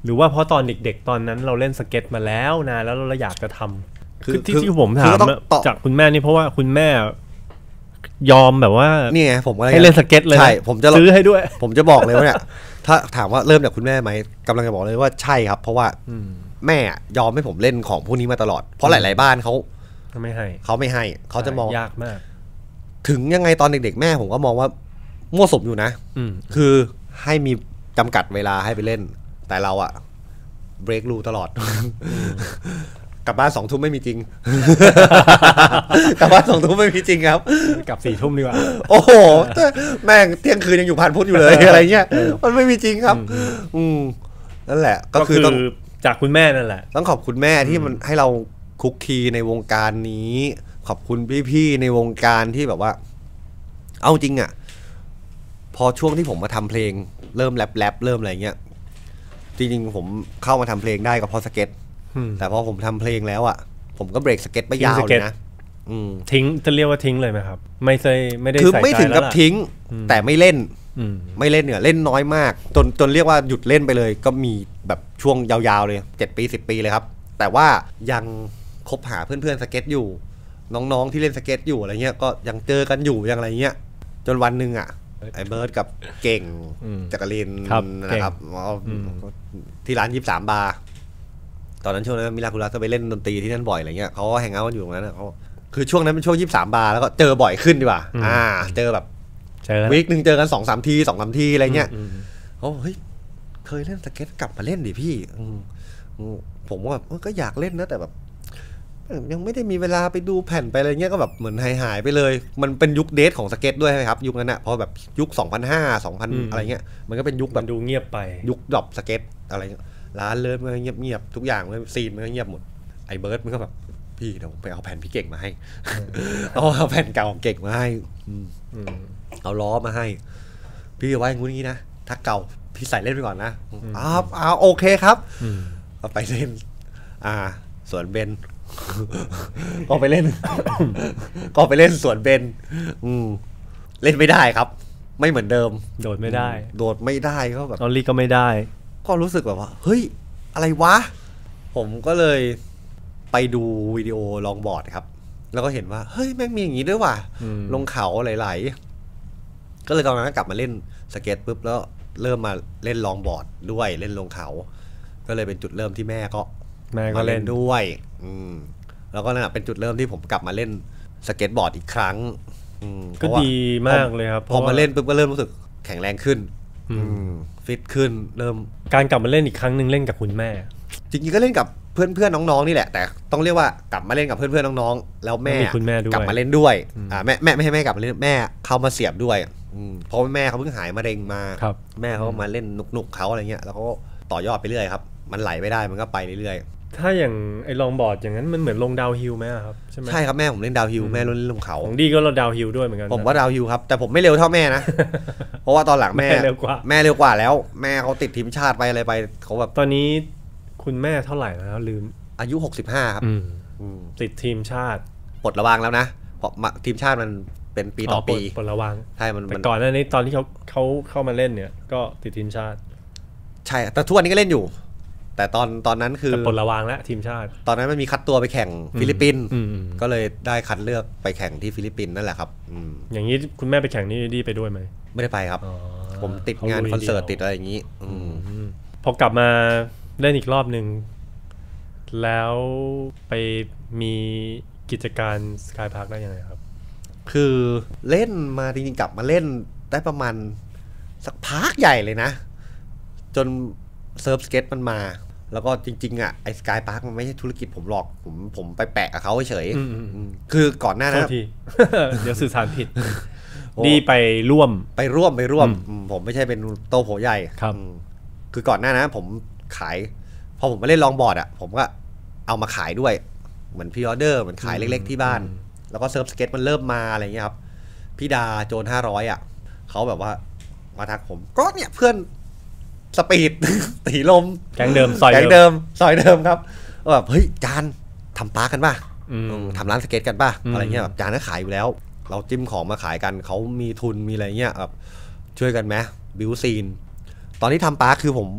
หรือว่าเพราะตอนเด็กๆตอนนั้นเราเล่นสเก็ตมาแล้วนะแล้วเราอยากจะทำคือที่คือที่ผมถามคือต้องต่อจากคุณแม่นี่เพราะว่าคุณแม่ยอมแบบว่านี่ไงผมก็ให้เล่นสเก็ตเลยใช่ผมจะซื้อให้ด้วยผมจะบอกเลยว่าเนี่ยถ้าถามว่าเริ่มจากคุณแม่ไหมกำลังจะบอกเลยว่าใช่ครับ เพราะว่าแม่ยอมให้ผมเล่นของพวกนี้มาตลอดเพราะหลายๆบ้านเขาไม่ให้เขาไม่ให้เขาจะมองยากมากถึงยังไงตอนเด็กๆแม่ผมก็มองว่ามั่วสุมอยู่นะอืมคือให้มีจำกัดเวลาให้ไปเล่น แต่เราอะเบรกรูตลอด กลับบ้านสองทุ่มไม่มีจริง กลับบ้านสองทุ่มไม่มีจริงครับกลับสี่ทุ่มดีกว่าโอ้โหแม่งเที่ยงคืนยังอยู่ผ่านพุธอยู่เลย อะไรเงี้ยมันไม่มีจริงครับ อืมนั่นแหละ ก็ก็คืคือ อต้องจากคุณแม่นั่นแหละต้องขอบคุณแม่ที่มันให้เราคุกคีในวงการนี้ ขอบคุณพี่ๆในวงการที่แบบว่า เอาจริงอ่ะพอช่วงที่ผมมาทำเพลงเริ่มแรปแรปเริ่มอะไรเงี้ยจริงๆผมเข้ามาทำเพลงได้ก็เพราะสเก็ตอืมแต่พอผมทำเพลงแล้วอ่ะผมก็เบรกสเก็ตไปยาวทิ้งสเลเก็ตยนะอืมทิ้งจะเรียกว่าทิ้งเลยไหมครับ ไม่เคยไม่ได้คือใส่ไม่ใจถึงแล้กับวล่ะทิ้ง แต่ไม่เล่นอืมไม่เล่นเนี่ยเล่นน้อยมากจนจนเรียกว่าหยุดเล่นไปเลย ก็มีแบบช่วงยาวๆเลยเจ็ดปีสิบปีเลยครับ แต่ว่ายังคบหาเพื่อนๆสเก็ตอยู่ น้องๆที่เล่นสเก็ตอยู่อะไรเงี้ยก็ยังเจอกันอยู่ยังอะไรเงี้ยจนวันหนึ่งอ่ะไอ้เบิร์ดกับเก่งอืมจักรินครับนะครับที่ร้านยี่สิบสามบาร์ตอนนั้นช่วงนั้นมิลาคุรัสก็ไปเล่นดนตรีที่นั่นบ่อยอะไรเงี้ยเขาก็แฮงเอาท์กันอยู่ตรงนั้นเขาคือช่วงนั้นเป็นช่วงยี่สิบสามบาร์แล้วก็เจอบ่อยขึ้นดีกว่าอ่าเจอแบบเจอวีคหนึ่งเจอกันสองสามทีสองสามทีอะไรเงี้ยอืมเขาเฮ้ยเคยเล่นสเก็ตกลับมาเล่นดิพี่อืมอืมผมว่าแบบก็อยากเล่นนะแต่แบบยังไม่ได้มีเวลาไปดูแผ่นไปอะไรเงี้ยก็แบบเหมือนหายหายไปเลยมันเป็นยุคเดทของสเก็ตด้วยใช่ไหมครับยุคนั้นอะเพราะแบบยุคสองพันห้า สองพันอะไรเงี้ยมันก็เป็นยุคแบมับนดูเงียบไปยุคดรอปสเก็ตอะไรเงี้ยร้านเลิฟมันก็เงียบๆทุกอย่างมันซีนมันก็เงียบหมดไอ้เบิร์ดมันก็แบบพี่เดี๋ยวผมไปเอาแผ่นพี่เก่งมาให้ เอาเอาแผ่นเก่าของเก่งมาให้อืมอืมเอาล้อมาให้ พี่ว่าอย่างงู้นอย่างนี้นะถ้าเก่าพี่ใส่เล่นไปก่อนนะอ้าวอ้าวโอเคครับอืมเอาไปเล่น อ่าสวนเบน ก็ไปเล่น ก็ไปเล่นสวนเบนอืมเล่นไม่ได้ครับ ไม่เหมือนเดิมโดดไม่ได้โดดไม่ได้ก็แบบออลลี่ก็ไม่ได้ก็รู้สึกแบบว่า เฮ้ย อะไรวะ ผมก็เลยไปดูวิดีโอลองบอร์ดครับ แล้วก็เห็นว่า เฮ้ยแม่งมีอย่างนี้ด้วยว่ะอืมลงเขาไหลๆก็เลยตอนนั้นก็กลับมาเล่นสเก็ตปุ๊บแล้วเริ่มมาเล่นลองบอร์ดด้วยเล่นลงเขา ก็เลยเป็นจุดเริ่มที่แม่ก็แม่ก็มาเล่เล่นนด้วย อืมแล้วก็นั่นแหละเป็นจุดเริ่มที่ผมกลับมาเล่นสเก็ตบอร์ดอีกครั้ง อืมก็เพราะว่าดีมากเลยครับพอมาเล่นปุ๊บก็เริ่มรู้สึกแข็งแรงขึ้นอืมอืมฟิตขึ้นเริ่มการกลับมาเล่นอีกครั้งหนึ่งเล่นกับคุณแม่จริงๆก็เล่นกับเพื่อนๆน้องๆนี่แหละแต่ต้องเรียกว่ากลับมาเล่นกับเพื่อนๆน้องๆแล้วแม่มีคุณแม่ด้วยกลับมาเล่นด้วยอ่าแม่แม่ไม่ให้แม่กลับมาเล่นแม่เข้ามาเสียบด้วยอืมเพราะว่าแม่เขาเพิ่งหายมะเร็งมาครับแม่เขาก็มาเล่นนุกๆเขาอะไรเงี้ยแล้วก็ต่อยอดไปเรื่อยครับมันไหลไปได้มันก็ไปเรื่อยถ้าอย่างไอ้ลองบอร์ดอย่างนั้นมันเหมือนลงดาวฮิลไหมอะครับใช่ไหมๆใช่ครับแม่ผมเล่นดาวฮิลแม่เล่นลงเขาของดีก็เราดาวฮิลด้วยเหมือนกันผมว่าดาวฮิลครับแต่ผมไม่เร็วเท่าแม่นะ เพราะว่าตอนหลังแม่แม่เร็วกว่าแม่เร็วกว่าแล้ว แม่เขาติดทีมชาติไปอะไรไปเขาแบบตอนนี้คุณแม่เท่าไหร่แล้วลืมอายุหกสิบห้าครับอืมอืมติดทีมชาติปลดระวางแล้วนะเพราะมาทีมชาติมันเป็นปีต่อปีปลดระวังใช่มันแต่มันก่อนหน้านี้ตอนที่เขาเขาเข้ามาเล่นเนี่ย ก็ติดทีมชาติใช่แต่ทุกวันนี้ก็เล่นอยู่ แต่ตอนตอนนั้นคือแต่ปลดระวังแล้วทีมชาติตอนนั้นมันมีคัดตัวไปแข่งฟิลิปปินส์อืมอืมก็เลยได้คัดเลือกไปแข่งที่ฟิลิปปินส์นั่นแหละครับอืมอย่างนี้คุณแม่ไปแข่งนี่ดีไปด้วยไหมไม่ได้ไปครับอ๋อผมติดงานขาลุยคอนเสิร์ตดียวติดอะไรอย่างนี้ อืมอืมพอกลับมาเล่นอีกรอบหนึ่งแล้วไปมีกิจการสกายพาร์คได้ยังไงครับคือเล่นมาจริงๆกลับมาเล่นได้ประมาณสักพักใหญ่เลยนะ จนเซิร์ฟสเก็ตมันมา แล้วก็จริงๆอ่ะไอ้สกายพาร์คมันไม่ใช่ธุรกิจผมหรอกผมผมไปแปะกับเขาเฉยอืมอืมอืมคือก่อนหน้าโทนั้ษนที เดี๋ยวสื่อสารผิดโอ้ดีไปร่วมไปร่วมไปร่วมอืมอืมผมไม่ใช่เป็นโตโผใหญ่ครับอืมคือก่อนหน้านะผมขาย พอผมมาเล่นลองบอร์ดอ่ะผมก็เอามาขายด้วยเหมือนพรีออเดอร์เหมือนขายเล็กๆที่บ้าน แล้วก็เซิร์ฟสเก็ตมันเริ่มมาอะไรเงี้ยครับพี่ดาโจนห้าร้อยอ่ะเขาแบบว่ามาทักผมก็เนี่ยเพื่อนสปีด ตีลมแก๊งเดิมซอยแก๊งเดิเดิมมซอยเดิมครับก็แบบเฮ้ยจานทำปาร์คกันป่ะอืมอืมทำร้านสเก็ตกันป่ะอืมอะไรเงี้ยแบบจานก็ขายอยู่แล้ว เราจิ้มของมาขายกันเขามีทุนมีอะไรเงี้ยแบบช่วยกันไหมบิวซีน ตอนที่ทำปาร์คคือผม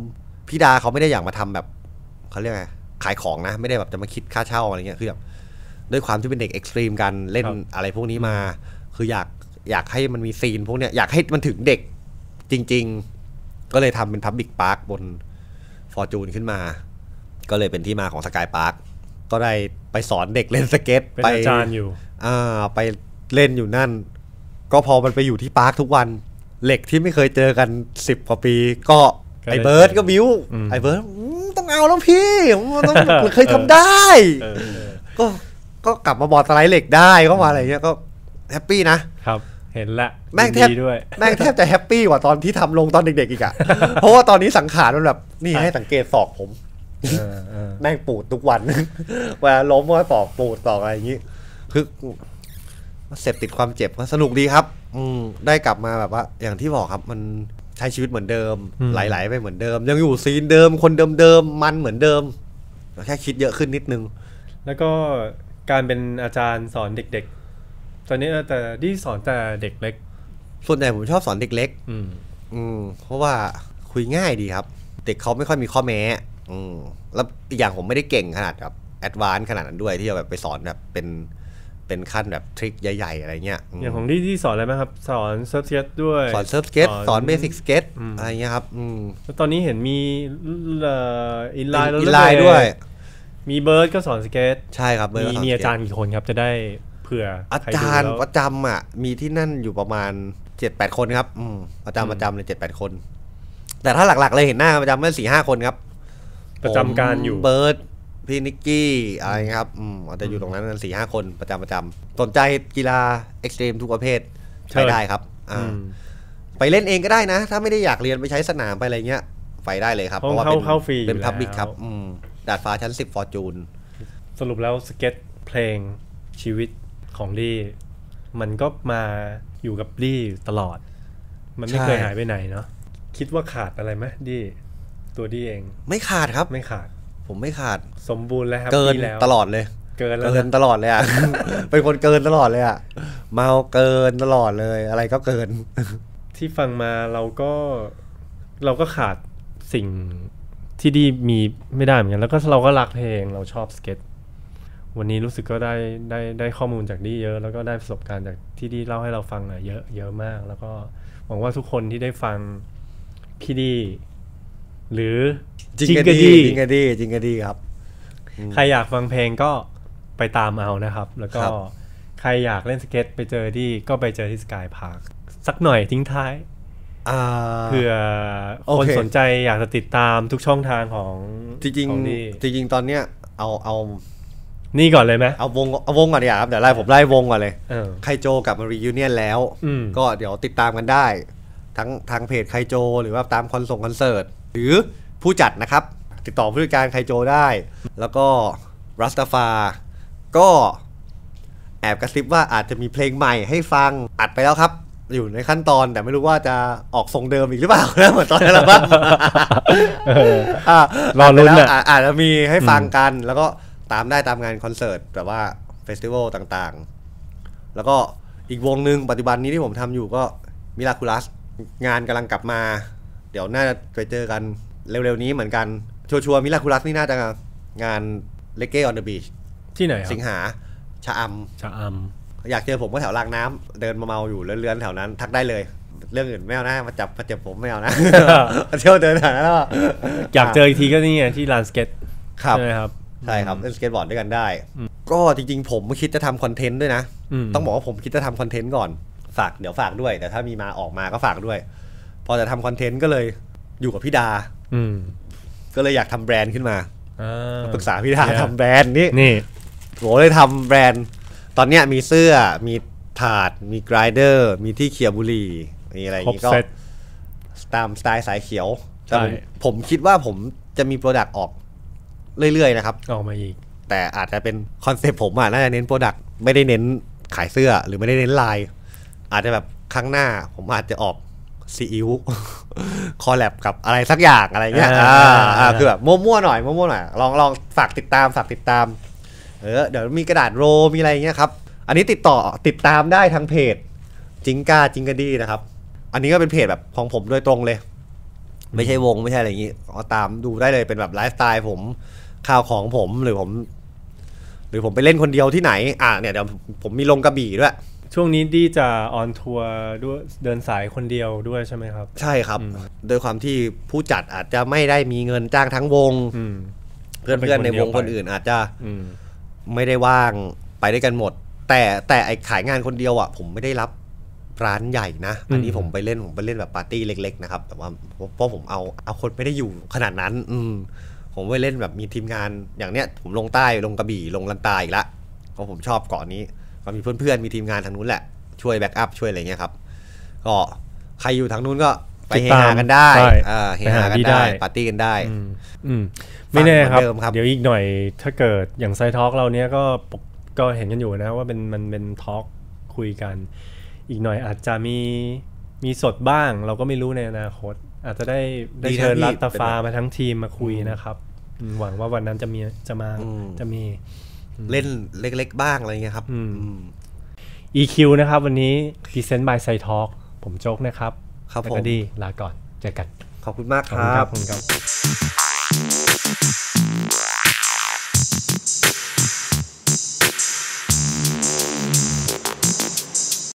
พี่ดาเขาไม่ได้อยากมาทำแบบเขาเรียกไงขายของนะไม่ได้แบบจะมาคิดค่าเช่าอะไรเงี้ยคือแบบด้วยความที่เป็นเด็กเอ็กซ์ตรีมกันเล่นอะไรพวกนี้มาคืออยากอยากให้มันมีซีนพวกเนี้ยอยากให้มันถึงเด็กจริงๆก็เลยทำเป็นพับบิกพาร์คบนฟอร์จูนขึ้นมาก็เลยเป็นที่มาของสกายพาร์คก็ได้ไปสอนเด็กเล่นสเก็ตเป็นอาจารย์อยู่อ่าไปเล่นอยู่นั่นก็พอมันไปอยู่ที่พาร์คทุกวันเหล็กที่ไม่เคยเจอกันสิบกว่าปีก็ไอเบิร์ดก็บิ้วไอเบิร์ดต้องเอาแล้วพี่ต้องเคยทำได้ก็ก็กลับมาบอร์ดสไลด์เหล็กได้ก็มาอะไรเงี้ยก็แฮปปี้นะครับเห็นละแม่งแทบแม่งแทบจะแฮปปี้กว่าตอนที่ทำลงตอนเด็กๆอีกอะเพราะว่าตอนนี้สังขารมันแบบนี่ให้สังเกตศอกผมแม่งปูดทุกวันเวลาล้มก็ศอกปูดศอกอะไรอย่างงี้คือเสพติดความเจ็บก็สนุกดีครับอืมได้กลับมาแบบว่าอย่างที่บอกครับมันใช้ชีวิตเหมือนเดิมไหลๆไปเหมือนเดิมยังอยู่ซีนเดิมคนเดิมๆมันเหมือนเดิมแค่คิดเยอะขึ้นนิดนึงแล้วก็การเป็นอาจารย์สอนเด็กๆตอนนี้แต่ที่สอนแต่เด็กเล็กส่วนใหญ่ผมชอบสอนเด็กเล็กอืมอืมเพราะว่าคุยง่ายดีครับเด็กเขาไม่ค่อยมีข้อแม้อืมแล้วอีกอย่างผมไม่ได้เก่งขนาดแบบแอดวานซ์ขนาดนั้นด้วยที่จะแบบไปสอนแบบเป็นเป็นขั้นแบบทริคใหญ่ๆอะไรเงี้ยอย่างของที่ที่สอนอะไรไหมครับสอนเซิร์ฟสเก็ตด้วยสอนเซิร์ฟสเก็ตสอนเบสิกสเก็ตอะไรเงี้ยครับแล้วตอนนี้เห็นมีอินไลน์อินไลน์ด้วยมีเบิร์ดก็สอนสเก็ตใช่ครับมีมีอาจารย์กี่คนครับจะได้เผื่ออาจารย์ประจำอ่ะมีที่นั่นอยู่ประมาณ เจ็ดแปด คนครับอืมอาจารย์ประจำเลย เจ็ดแปด คนแต่ถ้าหลักๆเลยเห็นหน้าประจำเมื่อ สี่ห้า คนครับประจำการอยู่เบิร์ดพี่นิกกี้อะไรครับอืมอาจจะอยู่ตรงนั้น สี่ห้า คนประจำประจำสนใจกีฬาเอ็กซ์ตรีมทุกประเภทใช้ได้ครับอ่าไปเล่นเองก็ได้นะถ้าไม่ได้อยากเรียนไปใช้สนามไปอะไรเงี้ยไปได้เลยครับเพราะว่าเป็นเป็นพับบิกครับอืมดาดฟ้าชั้นสิบฟอร์จูนสรุปแล้วสเก็ตเพลงชีวิตของลี่มันก็มาอยู่กับลี่ตลอดมันไม่เคยหายไปไหนเนาะคิดว่าขาดอะไรไหมดี้ตัวดี้เองไม่ขาดครับไม่ขาดผมไม่ขาดสมบูรณ์แล้วครับเกินตลอดเลยเกินแล้วเกินตลอดเลยอ่ะ เป็นคนเกินตลอดเลยอ่ะเมาเกินตลอดเลยอะไรก็เกินที่ฟังมาเราก็เราก็ขาดสิ่งที่ดีมีไม่ได้เหมือนกันแล้วก็เราก็รักเพลงเราชอบสเก็ตวันนี้รู้สึกก็ได้ได้ได้ข้อมูลจากดีเยอะแล้วก็ได้ประสบการณ์จากที่ดีเล่าให้เราฟังอ่ะเยอะเยอะมากแล้วก็หวังว่าทุกคนที่ได้ฟังพี่ดีหรือจิงกะดีจิงกะดีจิงกะดีครับใครอยากฟังเพลงก็ไปตามเอานะครับแล้วก็ใครอยากเล่นสเก็ตไปเจอที่ก็ไปเจอที่สกายพาร์คสักหน่อยทิ้งท้ายเผื่อคนสนใจอยากจะติดตามทุกช่องทางของจริงจริงจริงตอนเนี้ยเอาเอานี่ก่อนเลยไหมเอาวงเอาวงก่อนดีครับเดี๋ยวไล่ผมไล่วงก่อนเลยไคโจกลับมารียูเนียนแล้วก็เดี๋ยวติดตามกันได้ทั้งทางเพจไคโจหรือว่าตามคอนส่งคอนเสิร์ตหรือผู้จัดนะครับติดต่อผู้จัดการไคโจได้แล้วก็รัสตาฟาก็แอบกระซิบว่าอาจจะมีเพลงใหม่ให้ฟังอัดไปแล้วครับอยู่ในขั้นตอนแต่ไม่รู้ว่าจะออกทรงเดิมอีกหรือเปล่านะเหมือนตอนนั้นหรือเปล่ารอลุ้นอ่ะอาจจะมีให้ฟังกันแล้วก็ตามได้ตามงานคอนเสิร์ตแบบว่าเฟสติวัลต่างๆแล้วก็อีกวงหนึ่งปัจจุบันนี้ที่ผมทำอยู่ก็มิราคูลัสงานกำลังกลับมาเดี๋ยวน่าจะไปเจอกันเร็วๆนี้เหมือนกันชัวร์ๆมิราคูลัสนี่น่าจะงานเลเก้ออนเดอะบีชที่ไหนครับสิงหาชะอำชะอำอยากเจอผมก็แถวรางน้ำเดินมาเมาอยู่เลื่อนๆแถวนั้นทักได้เลยเรื่องอื่นไม่เอานะมาจับมาเจ็บผมไม่เอานะเที่ยวเดินแถวนั้นแล้วอยากเจออีกทีก็นี่ไงที่ลานสเก็ตใช่ไหมครับใช่ครับเล่นสเก็ตบอร์ดด้วยกันได้ก็จริงๆผมคิดจะทำคอนเทนต์ด้วยนะต้องบอกว่าผมคิดจะทำคอนเทนต์ก่อนฝากเดี๋ยวฝากด้วยแต่ถ้ามีมาออกมาก็ฝากด้วยพอจะทำคอนเทนต์ก็เลยอยู่กับพี่ดาก็เลยอยากทำแบรนด์ขึ้นมาปรึกษาพี่ดาทำแบรนด์นี่นี่โหเลยทำแบรนด์ตอนเนี้ยมีเสื้อมีถาดมีไกรเดอร์มีที่เขียวบุหรี่มีอะไรอย่างนี้ก็ตามสไตล์สายเขียวแต่ผมคิดว่าผมจะมีโปรดักต์ออกเรื่อยๆนะครับออกมาอีกแต่อาจจะเป็นคอนเซปต์ผมอ่ะน่าจะเน้นโปรดักต์ไม่ได้เน้นขายเสื้อหรือไม่ได้เน้นลายอาจจะแบบครั้งหน้าผมอาจจะออกซีอิ๊วคอลแลบกับอะไรสักอย่างอะไรเงี้ยอ่าคือแบบมั่วๆหน่อยมั่วๆหน่อยลองลองฝากติดตามฝากติดตามเออเดี๋ยวมีกระดาษโรมีอะไรเงี้ยครับอันนี้ติดต่อติดตามได้ทางเพจจิงก้าจิงกะดี้นะครับอันนี้ก็เป็นเพจแบบของผมโดยตรงเลยไม่ใช่วงไม่ใช่อะไรอย่างนี้ก็ตามดูได้เลยเป็นแบบไลฟ์สไตล์ผมข่าวของผมหรือผมหรือผมไปเล่นคนเดียวที่ไหนอ่ะเนี่ยเดี๋ยวผมมีลงกระบี่ด้วยช่วงนี้ดีจะออนทัวร์ด้วยเดินสายคนเดียวด้วยใช่ไหมครับใช่ครับโดยความที่ผู้จัดอาจจะไม่ได้มีเงินจ้างทั้งวงเพื่อนๆในวงคนอื่นอาจจะไม่ได้ว่างไปด้วยกันหมดแต่แต่ไอ้ขายงานคนเดียวอ่ะผมไม่ได้รับร้านใหญ่นะอันนี้ผมไปเล่นผมไปเล่นแบบปาร์ตี้เล็กๆนะครับแต่ว่าเพราะผมเอาเอาคนไม่ได้อยู่ขนาดนั้นอืมผมไปเล่นแบบมีทีมงานอย่างเนี้ยผมลงใต้ลงกระบี่ลงลันตาอีกละเพราะผมชอบเกาะนี้ก็มีเพื่อนๆมีทีมงานทางนู้นแหละช่วยแบ็กอัพช่วยอะไรเงี้ยครับก็ใครอยู่ทางนู้นก็ไปเฮฮากันได้เฮฮากันได้ปาร์ตี้กันได้อืมไม่แน่ครับเดี๋ยวอีกหน่อยถ้าเกิดอย่างไซทอล์กเราเนี้ยก็ก็เห็นกันอยู่นะว่าเป็นมันเป็นทอล์กคุยกันอีกหน่อยอาจจะมีมีสดบ้างเราก็ไม่รู้ในอนาคตอาจจะได้ได้เชิญรัตฟ้ามาทั้งทีมมาคุยนะครับหวังว่าวันนั้นจะมีจะมาจะมีเล่นเล็กๆบ้างอะไรเงี้ยครับอี คิว นะครับวันนี้ Present by Side Talk ผมโจ๊กนะครับครับผมดีลาก่อนเจอกันขอบคุณมากครับขอบคุณครับ